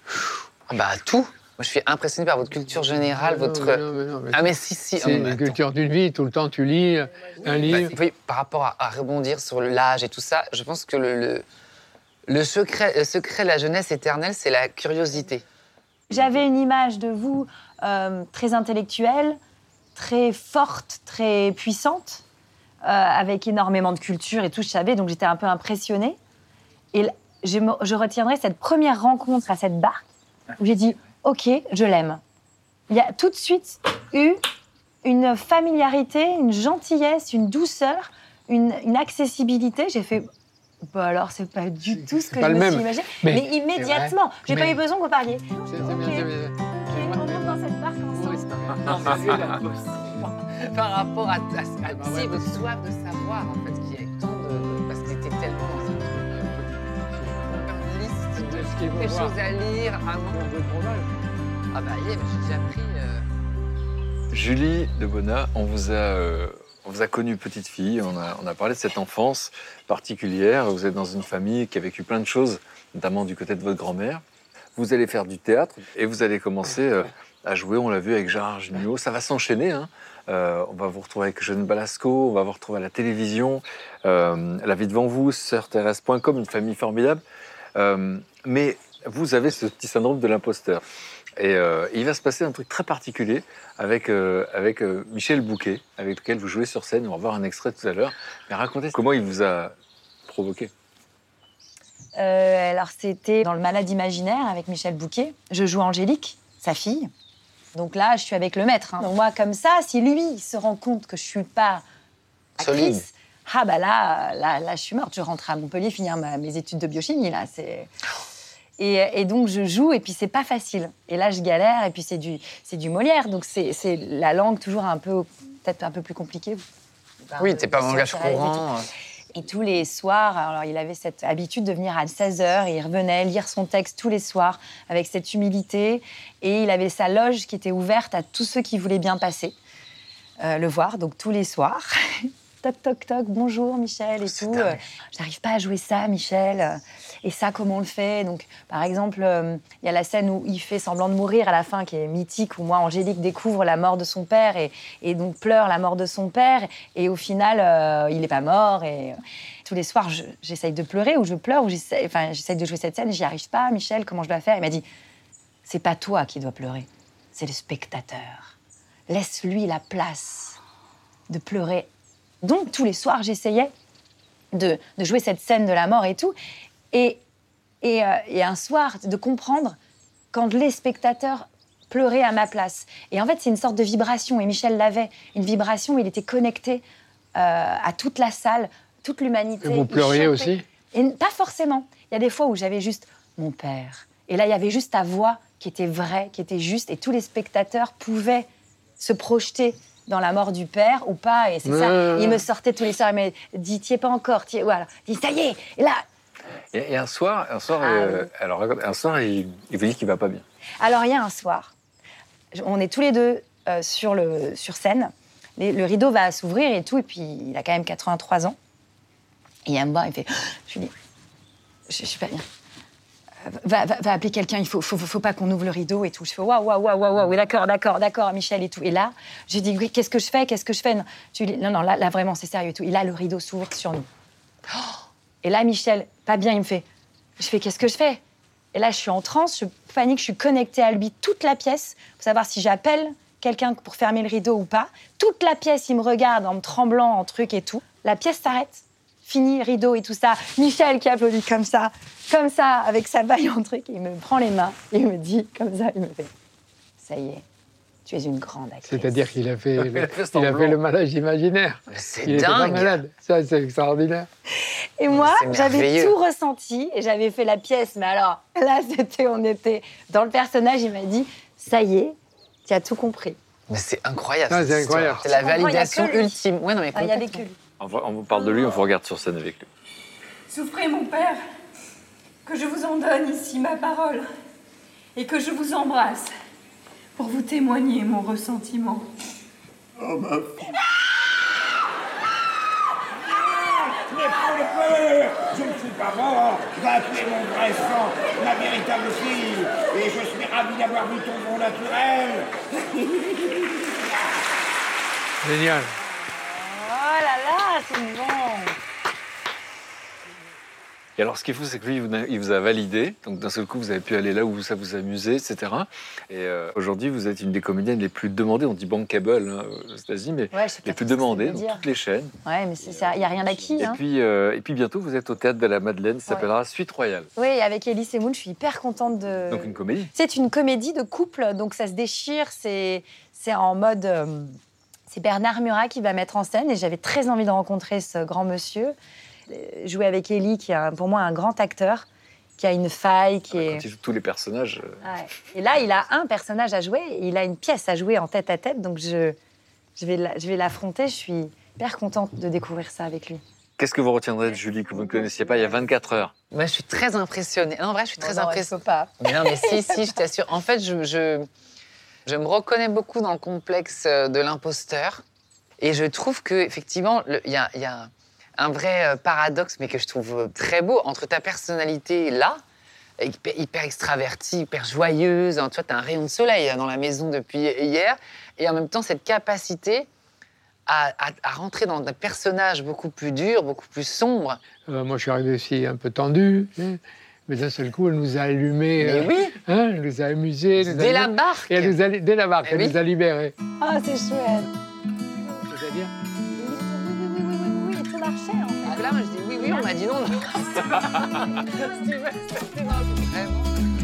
Ah bah tout. Moi, je suis impressionné par votre culture générale, Non, votre... mais non, mais non, mais Ah mais si, si. C'est oh, mais une attends. culture d'une vie. Tout le temps, tu lis un livre. Bah, oui, par rapport à, à rebondir sur l'âge et tout ça, je pense que le, le, le, secret, le secret de la jeunesse éternelle, c'est la curiosité. J'avais une image de vous euh, très intellectuelle, très forte, très puissante, euh, avec énormément de culture et tout, je savais, donc j'étais un peu impressionnée. Et l- je, me- je retiendrai cette première rencontre à cette barque où j'ai dit « Ok, je l'aime ». Il y a tout de suite eu une familiarité, une gentillesse, une douceur, une, une accessibilité. J'ai fait « Bah alors, c'est pas du tout ce que pas je le me même. suis imaginé ». Mais- Mais, immédiatement, j'ai Mais- pas eu besoin que vous parliez. C'est bien, c'est bien. Ok, on monte dans cette barque ensemble. Par rapport à, à, à si, votre soif de savoir, en fait, qui est tant de, de- parce qu'il était tellement dans un truc, une liste de Ce qu'il faut des voir. choses à lire, vraiment. Ah bah, yeah, j'ai déjà pris. euh, Julie de Bonnat, on vous a, euh, on vous a connue petite fille, on a, on a parlé de cette enfance particulière. Vous êtes dans une famille qui a vécu plein de choses, notamment du côté de votre grand-mère. Vous allez faire du théâtre et vous allez commencer euh, à jouer, on l'a vu avec Gérard Jugnot. Ça va s'enchaîner, hein. Euh, on va vous retrouver avec Jeanne Balasco, on va vous retrouver à la télévision, euh, La vie devant vous, sœur thérèse point com, une famille formidable. Euh, mais vous avez ce petit syndrome de l'imposteur. Et euh, il va se passer un truc très particulier avec, euh, avec euh, Michel Bouquet, avec lequel vous jouez sur scène. On va voir un extrait tout à l'heure. Mais racontez comment il vous a provoqué. Euh, alors, c'était dans Le Malade imaginaire avec Michel Bouquet. Je joue Angélique, sa fille. Donc là, je suis avec le maître. hein. Donc moi, comme ça, si lui il se rend compte que je suis pas Solide. actrice, ah bah là, là, là, je suis morte. Je rentre à Montpellier finir ma- mes études de biochimie. Là, c'est... Et, et donc, je joue, et puis c'est pas facile. Et là, je galère, et puis c'est du, c'est du Molière. Donc, c'est, c'est la langue toujours un peu, peut-être un peu plus compliquée. Oui, t'es pas en langage Thérèse et tout. courant. Et tous les soirs, alors il avait cette habitude de venir à seize heures et il revenait lire son texte tous les soirs avec cette humilité. Et il avait sa loge qui était ouverte à tous ceux qui voulaient bien passer euh, le voir, donc tous les soirs. Toc, toc, toc, bonjour Michel et tout. Euh, J'arrive pas à jouer ça, Michel. Euh, Et ça, comment on le fait? Donc, par exemple, euh, il y a la scène où il fait semblant de mourir à la fin, qui est mythique, où moi, Angélique découvre la mort de son père et, et donc pleure la mort de son père. Et au final, euh, il n'est pas mort. Et euh, tous les soirs, je- j'essaye de pleurer, ou je pleure, ou j'essaye, enfin, j'essaye de jouer cette scène. J'y arrive pas, Michel, comment je dois faire? Il m'a dit, c'est pas toi qui dois pleurer, c'est le spectateur. Laisse-lui la place de pleurer. Donc, tous les soirs, j'essayais de, de jouer cette scène de la mort et tout. Et, et, euh, et un soir, de comprendre quand les spectateurs pleuraient à ma place. Et en fait, c'est une sorte de vibration. Et Michel l'avait, une vibration où il était connecté euh, à toute la salle, toute l'humanité. Et vous Il pleuriez chantait. aussi? Et pas forcément. Il y a des fois où j'avais juste mon père. Et là, il y avait juste ta voix qui était vraie, qui était juste. Et tous les spectateurs pouvaient se projeter dans la mort du père ou pas. Et c'est Ouais, ça. ouais, ouais. Il me sortait tous les soirs. Il me dit, t'y es pas encore. T'y es... Voilà. Il dit, ça y est. Et là, Et, et un soir, un soir, Ah euh, oui. alors raconte- un soir, il, il vous dit qu'il va pas bien. alors il y a un soir, je- on est tous les deux euh, sur, le, sur scène. Les- le rideau va s'ouvrir et tout. Et puis, il a quand même quatre-vingt-trois ans. Et il me voir, il fait, je lui dis, je, je suis pas bien. Euh, Va, va, va appeler quelqu'un, il faut, faut, faut pas qu'on ouvre le rideau et tout. Je fais waouh, waouh, waouh, waouh, waouh, oui, d'accord, d'accord, d'accord, Michel et tout. Et là, j'ai dit, oui, qu'est-ce que je fais, qu'est-ce que je fais? Non, je lui dis, non, non, là, là, vraiment, c'est sérieux et tout. Et là, le rideau s'ouvre sur nous. Oh. Et là, Michel, pas bien, il me fait, je fais, qu'est-ce que je fais? Et là, je suis en transe, je panique, je suis connectée à lui toute la pièce pour savoir si j'appelle quelqu'un pour fermer le rideau ou pas. Toute la pièce, il me regarde en me tremblant, en truc et tout. La pièce s'arrête. Fini, rideau et tout ça. Michel qui applaudit comme ça, comme ça, avec sa baille en truc. Il me prend les mains, il me dit comme ça, il me fait « Ça y est, tu es une grande actrice. » C'est-à-dire qu'il a fait, Il a le, fait il a semblant. fait le malade imaginaire. C'est Il était pas dingue. malade. Ça, c'est extraordinaire. Et moi, C'est j'avais merveilleux. tout ressenti et j'avais fait la pièce. Mais alors, là, c'était, on était dans le personnage. Il m'a dit « Ça y est, tu as tout compris. Mais c'est incroyable. Ah, cette c'est histoire. incroyable. C'est la Je comprends, il y a validation que lui. ultime. Ouais, non, mais » Ah, il y avait complètement. que lui. On, va- on vous parle de lui, on vous regarde sur scène avec lui. Souffrez, mon père, que je vous en donne ici ma parole, et que je vous embrasse pour vous témoigner mon ressentiment. Oh, ma fille. N'aie pas de peur. Je ne suis pas mort. Va tuer mon vrai sang, ma véritable fille. Et je suis ravi d'avoir vu ton nom naturel. Génial. Oh là là, c'est bon. Et alors, ce qui est fou, c'est que lui, il vous a, il vous a validé. Donc, d'un seul coup, vous avez pu aller là où ça vous amusait, et cetera. Et euh, aujourd'hui, vous êtes une des comédiennes les plus demandées. On dit bankable hein, aux États-Unis, mais Ouais, je sais pas les plus trop ce que ça demandées veut dans dire. toutes les chaînes. Ouais, mais il n'y a rien d'acquis. Et Hein. puis, euh, et puis bientôt, vous êtes au théâtre de la Madeleine. Ça s'appellera Suite Royale. Oui, avec Elie Semoun, je suis hyper contente de. Donc, une comédie. C'est une comédie de couple, donc ça se déchire. C'est c'est en mode. euh, C'est Bernard Murat qui va mettre en scène et j'avais très envie de rencontrer ce grand monsieur. Euh, Jouer avec Elie, qui est un- pour moi un grand acteur, qui a une faille, qui est. Quand il joue tous les personnages. euh, Ouais. Et là, il a un personnage à jouer, et il a une pièce à jouer en tête à tête, donc je, je vais la- je vais l'affronter. Je suis hyper contente de découvrir ça avec lui. Qu'est-ce que vous retiendrez de Julie que vous ne connaissiez pas il y a vingt-quatre heures? Moi, je suis très impressionnée. Non, en vrai, je suis très non, elle impressionnée. peut pas. Mais non, mais si, si, je t'assure. En fait, je, je, je me reconnais beaucoup dans le complexe de l'imposteur. Et je trouve qu'effectivement, il y a, y a un vrai euh, paradoxe, mais que je trouve euh, très beau, entre ta personnalité là, hyper, hyper extravertie, hyper joyeuse. Hein, tu vois, tu as un rayon de soleil hein, dans la maison depuis hier. Et en même temps, cette capacité à, à, à rentrer dans un personnage beaucoup plus dur, beaucoup plus sombre. Euh, moi, je suis arrivé aussi un peu tendu, hein, mais d'un seul coup, elle nous a allumés. Mais euh, oui. hein, Elle nous a amusés. nous a Dès la allumés, barque. Et elle nous a, dès la barque, Eh elle oui. nous a libérés. Ah, c'est chouette. C'est-à-dire Oui, oui, oui, oui, oui, tout marchait en fait. Donc là, moi, je dis oui, oui, on m'a dit non, non. Si tu veux, c'était dans le- Vraiment.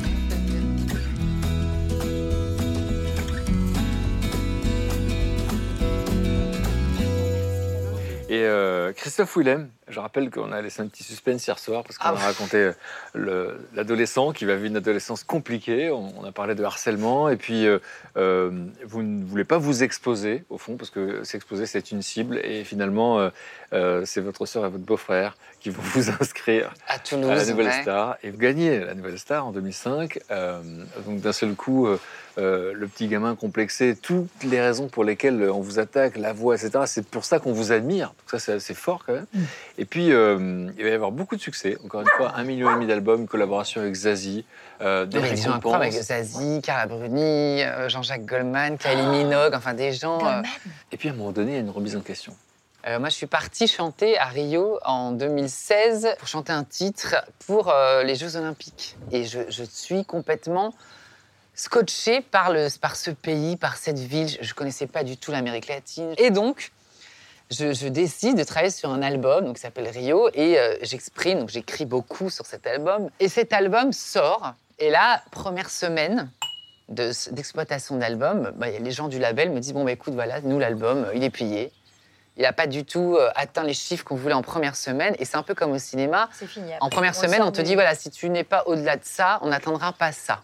Et euh, Christophe Willem, je rappelle qu'on a laissé un petit suspense hier soir parce qu'on Ah a ouais. raconté euh, le- l'adolescent qui va vivre une adolescence compliquée. On, on a parlé de harcèlement et puis euh, euh, vous ne voulez pas vous exposer au fond parce que s'exposer c'est une cible et finalement euh, euh, c'est votre sœur et votre beau-frère qui vont vous inscrire À Toulouse, à la Nouvelle ouais. Star et vous gagnez la Nouvelle Star en deux mille cinq. Euh, donc d'un seul coup, euh, euh, le petit gamin complexé, toutes les raisons pour lesquelles on vous attaque, la voix, et cetera. C'est pour ça qu'on vous admire. Donc ça c'est assez fort quand même. Mm. Et puis, euh, il va y avoir beaucoup de succès. Encore une fois, un million et demi d'albums, une collaboration avec Zazie, euh, des Non, mais des gens incroyables avec récompenses. Zazie, Carla Bruni, euh, Jean-Jacques Goldman, Kylie Minogue, enfin des gens. euh, Et puis, à un moment donné, il y a une remise en question. Euh, moi, je suis partie chanter à Rio en deux mille seize pour chanter un titre pour euh, les Jeux Olympiques. Et je, je suis complètement scotchée par, le, par ce pays, par cette ville. Je ne connaissais pas du tout l'Amérique latine. Et donc, je, je décide de travailler sur un album donc, qui s'appelle Rio et euh, j'exprime, donc j'écris beaucoup sur cet album. Et cet album sort. Et là, première semaine de- d'exploitation d'album, bah, les gens du label me disent « Bon, bah, écoute, voilà, nous, l'album, il est plié. Il n'a pas du tout euh, atteint les chiffres qu'on voulait en première semaine. Et c'est un peu comme au cinéma. C'est fini. En première On semaine, sort on te du- dit, voilà, si tu n'es pas au-delà de ça, on n'atteindra pas ça.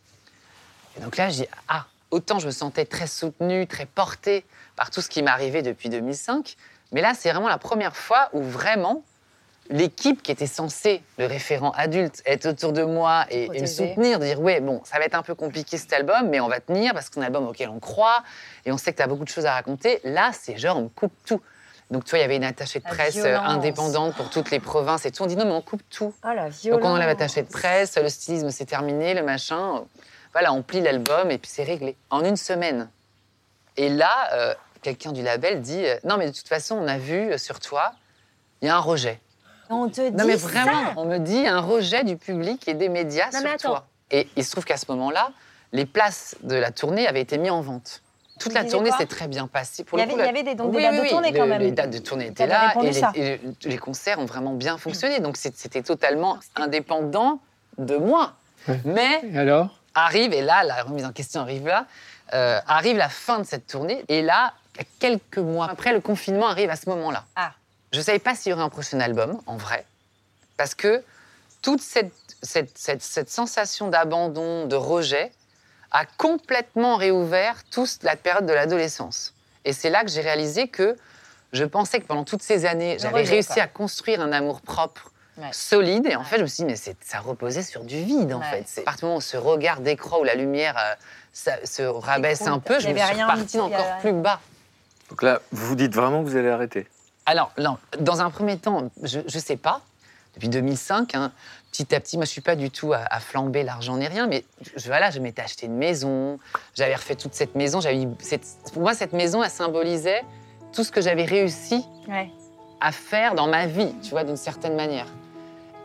Et donc là, je dis, ah, autant je me sentais très soutenue, très portée par tout ce qui m'est arrivé depuis deux mille cinq. Mais là, c'est vraiment la première fois où vraiment l'équipe qui était censée, le référent adulte, être autour de moi et, et me Protéger. soutenir, dire, ouais, bon, ça va être un peu compliqué cet album, mais on va tenir parce que c'est un album auquel on croit et on sait que tu as beaucoup de choses à raconter. Là, c'est genre, on me coupe tout. Donc, tu vois, il y avait une attachée de La presse euh, violence. indépendante pour toutes les provinces et tout. On dit, non, mais on coupe tout. Oh la Donc, violence. on enlève l'attaché de presse, le stylisme, c'est terminé, le machin. Voilà, on plie l'album et puis c'est réglé. En une semaine. Et là, euh, quelqu'un du label dit, euh, non, mais de toute façon, on a vu euh, sur toi, il y a un rejet. On te dit Non, mais ça. vraiment, on me dit un rejet du public et des médias Non, sur mais attends. toi. Et il se trouve qu'à ce moment-là, les places de la tournée avaient été mises en vente. Toute Vous la disiez tournée quoi s'est très bien passée. Pour Il y le coup, avait- la- il y avait des- donc des Oui, dates oui, de oui, tournée, le- quand même. Les dates de tournée étaient T'avais là répondu et les, ça. et les concerts ont vraiment bien fonctionné. Donc c'est- c'était totalement indépendant de moi. Mais Et alors arrive, et là, la remise en question arrive là, euh, arrive la fin de cette tournée. Et là, quelques mois après, le confinement arrive à ce moment-là. Ah. Je ne savais pas s'il y aurait un prochain album, en vrai. Parce que toute cette, cette, cette, cette sensation d'abandon, de rejet, a complètement réouvert toute la période de l'adolescence. Et c'est là que j'ai réalisé que je pensais que pendant toutes ces années, Le j'avais rejet, réussi quoi. à construire un amour propre, Ouais. solide. Et en fait, je me suis dit, mais c'est- ça reposait sur du vide, en Ouais. fait. C'est à partir du moment où ce regard d'écran, où la lumière euh, ça- se rabaisse S'écroule. un peu, Il je y me avait suis rien, repartie il y avait encore rien. plus bas. Donc là, vous vous dites vraiment que vous allez arrêter. Alors, non, dans un premier temps, je ne sais pas. Depuis deux mille cinq, hein, petit à petit, moi, je ne suis pas du tout à, à flamber l'argent ni rien, mais je, voilà, je m'étais acheté une maison, j'avais refait toute cette maison. J'avais, eu cette, pour moi, cette maison, elle symbolisait tout ce que j'avais réussi Ouais. à faire dans ma vie, tu vois, d'une certaine manière.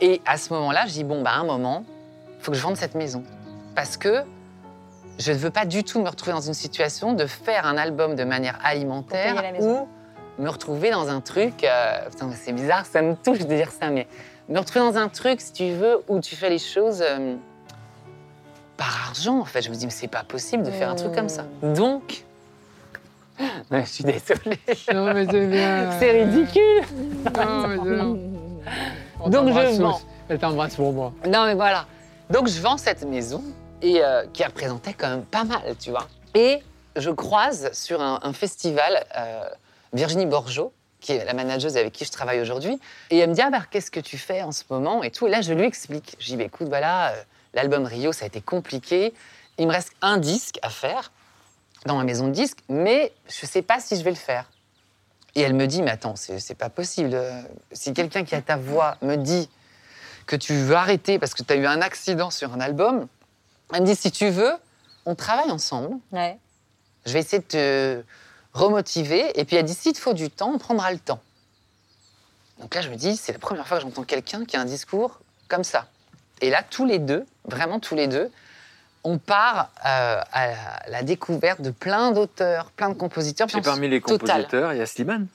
Et à ce moment-là, je dis, bon, bah, à un moment, il faut que je vende cette maison. Parce que je ne veux pas du tout me retrouver dans une situation de faire un album de manière alimentaire ou me retrouver dans un truc... Euh, putain, c'est bizarre, ça me touche de dire ça, mais me retrouver dans un truc, si tu veux, où tu fais les choses euh, par argent, en fait. Je me dis, mais c'est pas possible de faire un truc comme ça. Donc... Ouais, je suis désolée. Non, mais c'est bien. C'est ridicule. Non, mais c'est bon. On Donc t'embrasse je vends. tous. Elle t'embrasse pour moi. Non, mais voilà. Donc je vends cette maison et euh, qui représentait quand même pas mal, tu vois. Et je croise sur un, un festival euh, Virginie Borgeot, qui est la manageuse avec qui je travaille aujourd'hui, et elle me dit, ah bah, qu'est-ce que tu fais en ce moment et tout. Et là, je lui explique. Je dis, bah, écoute, voilà, euh, l'album Rio, ça a été compliqué. Il me reste un disque à faire dans ma maison de disques, mais je sais pas si je vais le faire. Et elle me dit, mais attends, c'est, c'est pas possible. Si quelqu'un qui a ta voix me dit que tu veux arrêter parce que tu as eu un accident sur un album, elle me dit, si tu veux, on travaille ensemble. Ouais. Je vais essayer de te remotiver. Et puis elle dit, s'il te faut du temps, on prendra le temps. Donc là, je me dis, c'est la première fois que j'entends quelqu'un qui a un discours comme ça. Et là, tous les deux, vraiment tous les deux, on part euh, à la, la découverte de plein d'auteurs, plein de compositeurs. Et parmi les compositeurs, Total. Il y a Slimane.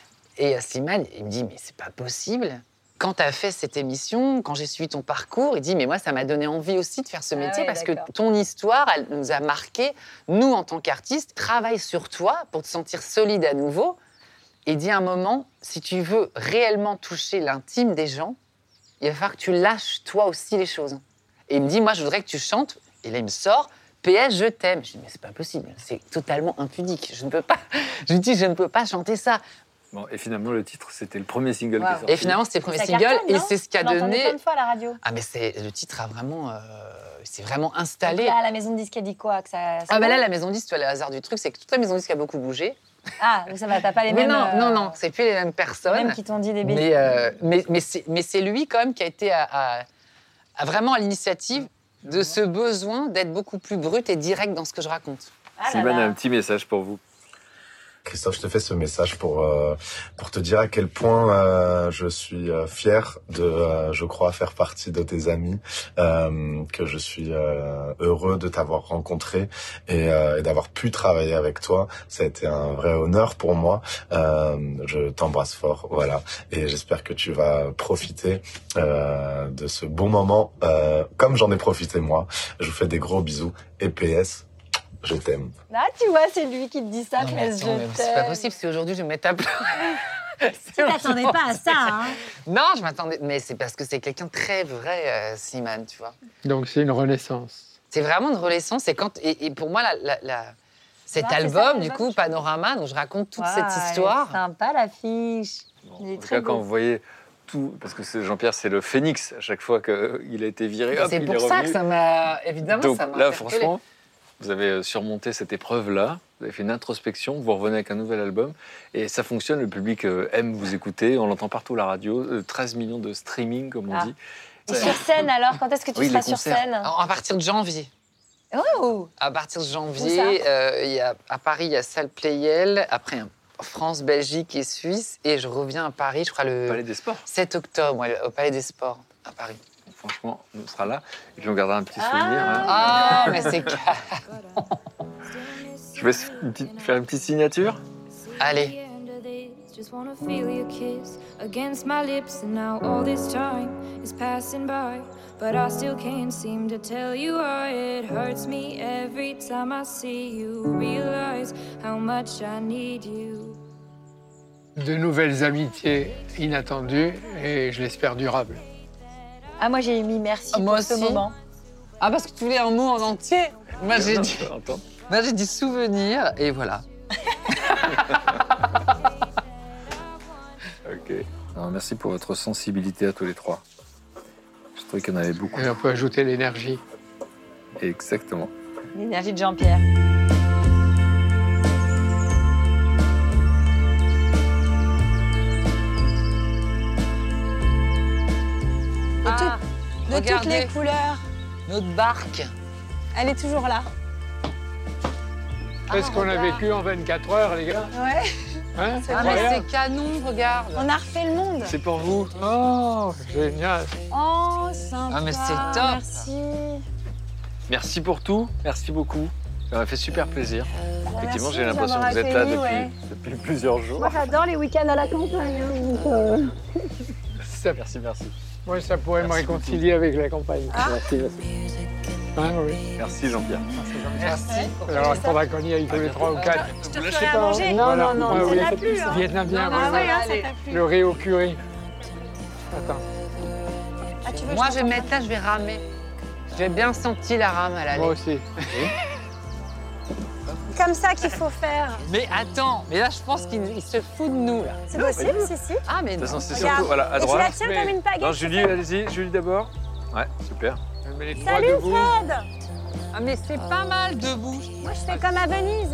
Et Slimane, il me dit, mais c'est pas possible. Quand tu as fait cette émission, quand j'ai suivi ton parcours, il dit, mais moi, ça m'a donné envie aussi de faire ce métier Ah ouais, parce d'accord. que ton histoire, elle nous a marqué. Nous, en tant qu'artistes, travaille sur toi pour te sentir solide à nouveau. Et dit à un moment, si tu veux réellement toucher l'intime des gens, il va falloir que tu lâches toi aussi les choses. Et il me dit, moi, je voudrais que tu chantes. Et là, il me sort, P S, je t'aime. Je dis, mais c'est pas possible, c'est totalement impudique. Je ne peux pas, je lui dis, je ne peux pas chanter ça. Bon, et finalement, le titre, c'était le premier single Wow. qui est sorti. Et finalement, c'était le premier Ça single, cartonne, et non c'est ce qui a On l'entendait donné... plein de fois à la radio. Ah, mais c'est, le titre a vraiment... Euh, c'est vraiment Donc installé. là, la maison de disque a dit quoi que ça, ça Ah, ben va là, la maison de disque, tu vois, le hasard du truc, c'est que toute la maison de disque a beaucoup bougé. Ah, donc ça va, t'as pas les mais mêmes... non, euh, non, non, c'est plus les mêmes personnes. Même qui t'ont dit des bêtises. Mais, euh, mais, mais, c'est, mais c'est lui, quand même, qui a été à, à- à vraiment à l'initiative de ce besoin d'être beaucoup plus brut et direct dans ce que je raconte. Ah là Slimane là. a un petit message pour vous. Christophe, je te fais ce message pour euh, pour te dire à quel point euh, je suis euh, fier de, euh, je crois, faire partie de tes amis, euh, que je suis euh, heureux de t'avoir rencontré et, euh, et d'avoir pu travailler avec toi. Ça a été un vrai honneur pour moi. Euh, je t'embrasse fort, voilà, et j'espère que tu vas profiter euh, de ce bon moment, euh, comme j'en ai profité moi. Je vous fais des gros bisous et P S. Je t'aime. Ah, tu vois, c'est lui qui te dit ça, Non, mais mais je attends, mais c'est pas t'aime. possible si aujourd'hui je me mets à pleurer. Tu t'attendais pas à ça, hein. Non, je m'attendais. Mais c'est parce que c'est quelqu'un de très vrai, euh, Slimane, tu vois. Donc c'est une renaissance. C'est vraiment une renaissance. Et, quand, et, et pour moi, la, la, la- cet Ah, c'est album, ça, du l'album, coup, Panorama, dont je raconte toute Waouh, cette elle est histoire. Sympa l'affiche. Il est En tout très cas, quand beau. vous voyez tout, parce que c'est- Jean-Pierre, c'est le phénix à chaque fois qu'il a été viré. hop, C'est il pour est ça revenu. que ça m'a. Évidemment, Donc ça m'a. là, interpellée. franchement, vous avez surmonté cette épreuve-là, vous avez fait une introspection, vous revenez avec un nouvel album, et ça fonctionne, le public euh, aime vous écouter, on l'entend partout à la radio, euh, treize millions de streaming, comme on Ah. dit. Et sur scène, alors, quand est-ce que tu Oui, seras les sur concerts. scène? À à partir de janvier. Oh. À partir de Où janvier, ça euh, il y a, à Paris, il y a Salle Playel, après hein, France, Belgique et Suisse, et je reviens à Paris, je crois le Palais des Sports. sept octobre, ouais, au Palais des Sports, à Paris. Franchement, on sera là, et puis on gardera un petit souvenir. hein. Ah, mais c'est clair. Je vais une petite- faire une petite signature. Allez. Just wanna feel your kiss against my lips, and now all this time is passing by, but I still can't seem to tell you why it hurts me every time I see you. Realize how much I need you. De nouvelles amitiés inattendues et je l'espère durables. Ah, moi, j'ai mis merci Ah, moi pour ce aussi. moment. Ah, parce que tu voulais un mot en entier. Moi, j'ai Non, dit, je peux entendre. moi, j'ai dit souvenir, et voilà. Ok. Alors, merci pour votre sensibilité à tous les trois. Je trouvais qu'il y en avait beaucoup. Et on peut ajouter l'énergie. Exactement. L'énergie de Jean-Pierre. De, Ah, toutes- de toutes regardez. les couleurs. Notre barque. Elle est toujours là. Qu'est-ce Ah, qu'on a regarde. vécu en vingt-quatre heures, les gars? Ouais. Hein, C'est Ah, mais incroyable. c'est canon, regarde. On a refait le monde. C'est pour vous. Oh, génial. Oh, sympa. Ah, mais c'est top. Merci. Merci pour tout. Merci beaucoup. Ça m'a fait super plaisir. Effectivement, merci j'ai de nous l'impression que avoir vous êtes là accueillis, depuis, ouais. depuis plusieurs jours. Moi, j'adore les week-ends à la campagne. hein, donc, euh, Ça, Merci, merci. moi, ça pourrait Merci me réconcilier avec la campagne. Merci, merci. Hein, oui. Merci Jean-Pierre. Merci. Alors, il faudra qu'on y aille tous les trois ou quatre. Je te ferai à manger. Non, non, non, Ah, ça oui. t'a plu, hein. Vietnamien, Non, oui, non, oui. ouais, hein, ça Allez. t'a plu. Le riz au curry. Attends. Ah, tu veux que Moi, je je vais t'en mettre là, je vais ramer. J'ai bien senti la rame à la Moi aussi. Comme ça qu'il faut faire. Mais attends, mais là, je pense qu'il il se fout de nous, là. C'est possible, si, si. Ah, mais De toute non. façon, c'est Regarde. surtout voilà, à Et tu droite. la tiens comme une pagaie. Non, Julie, allez-y. Julie d'abord. Ouais, super. Mais les trois Salut, debout. Fred. Ah, mais c'est pas mal debout. Moi, je fais comme à Venise.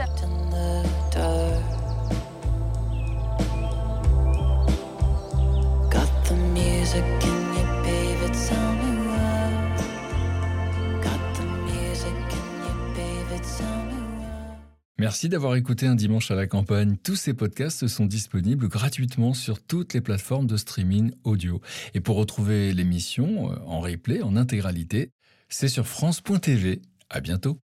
Got the music in your favorite sounding world. Got the music in your favorite sounding world. Merci d'avoir écouté Un dimanche à la campagne. Tous ces podcasts sont disponibles gratuitement sur toutes les plateformes de streaming audio. Et pour retrouver l'émission en replay, en intégralité, c'est sur France point T V. À bientôt.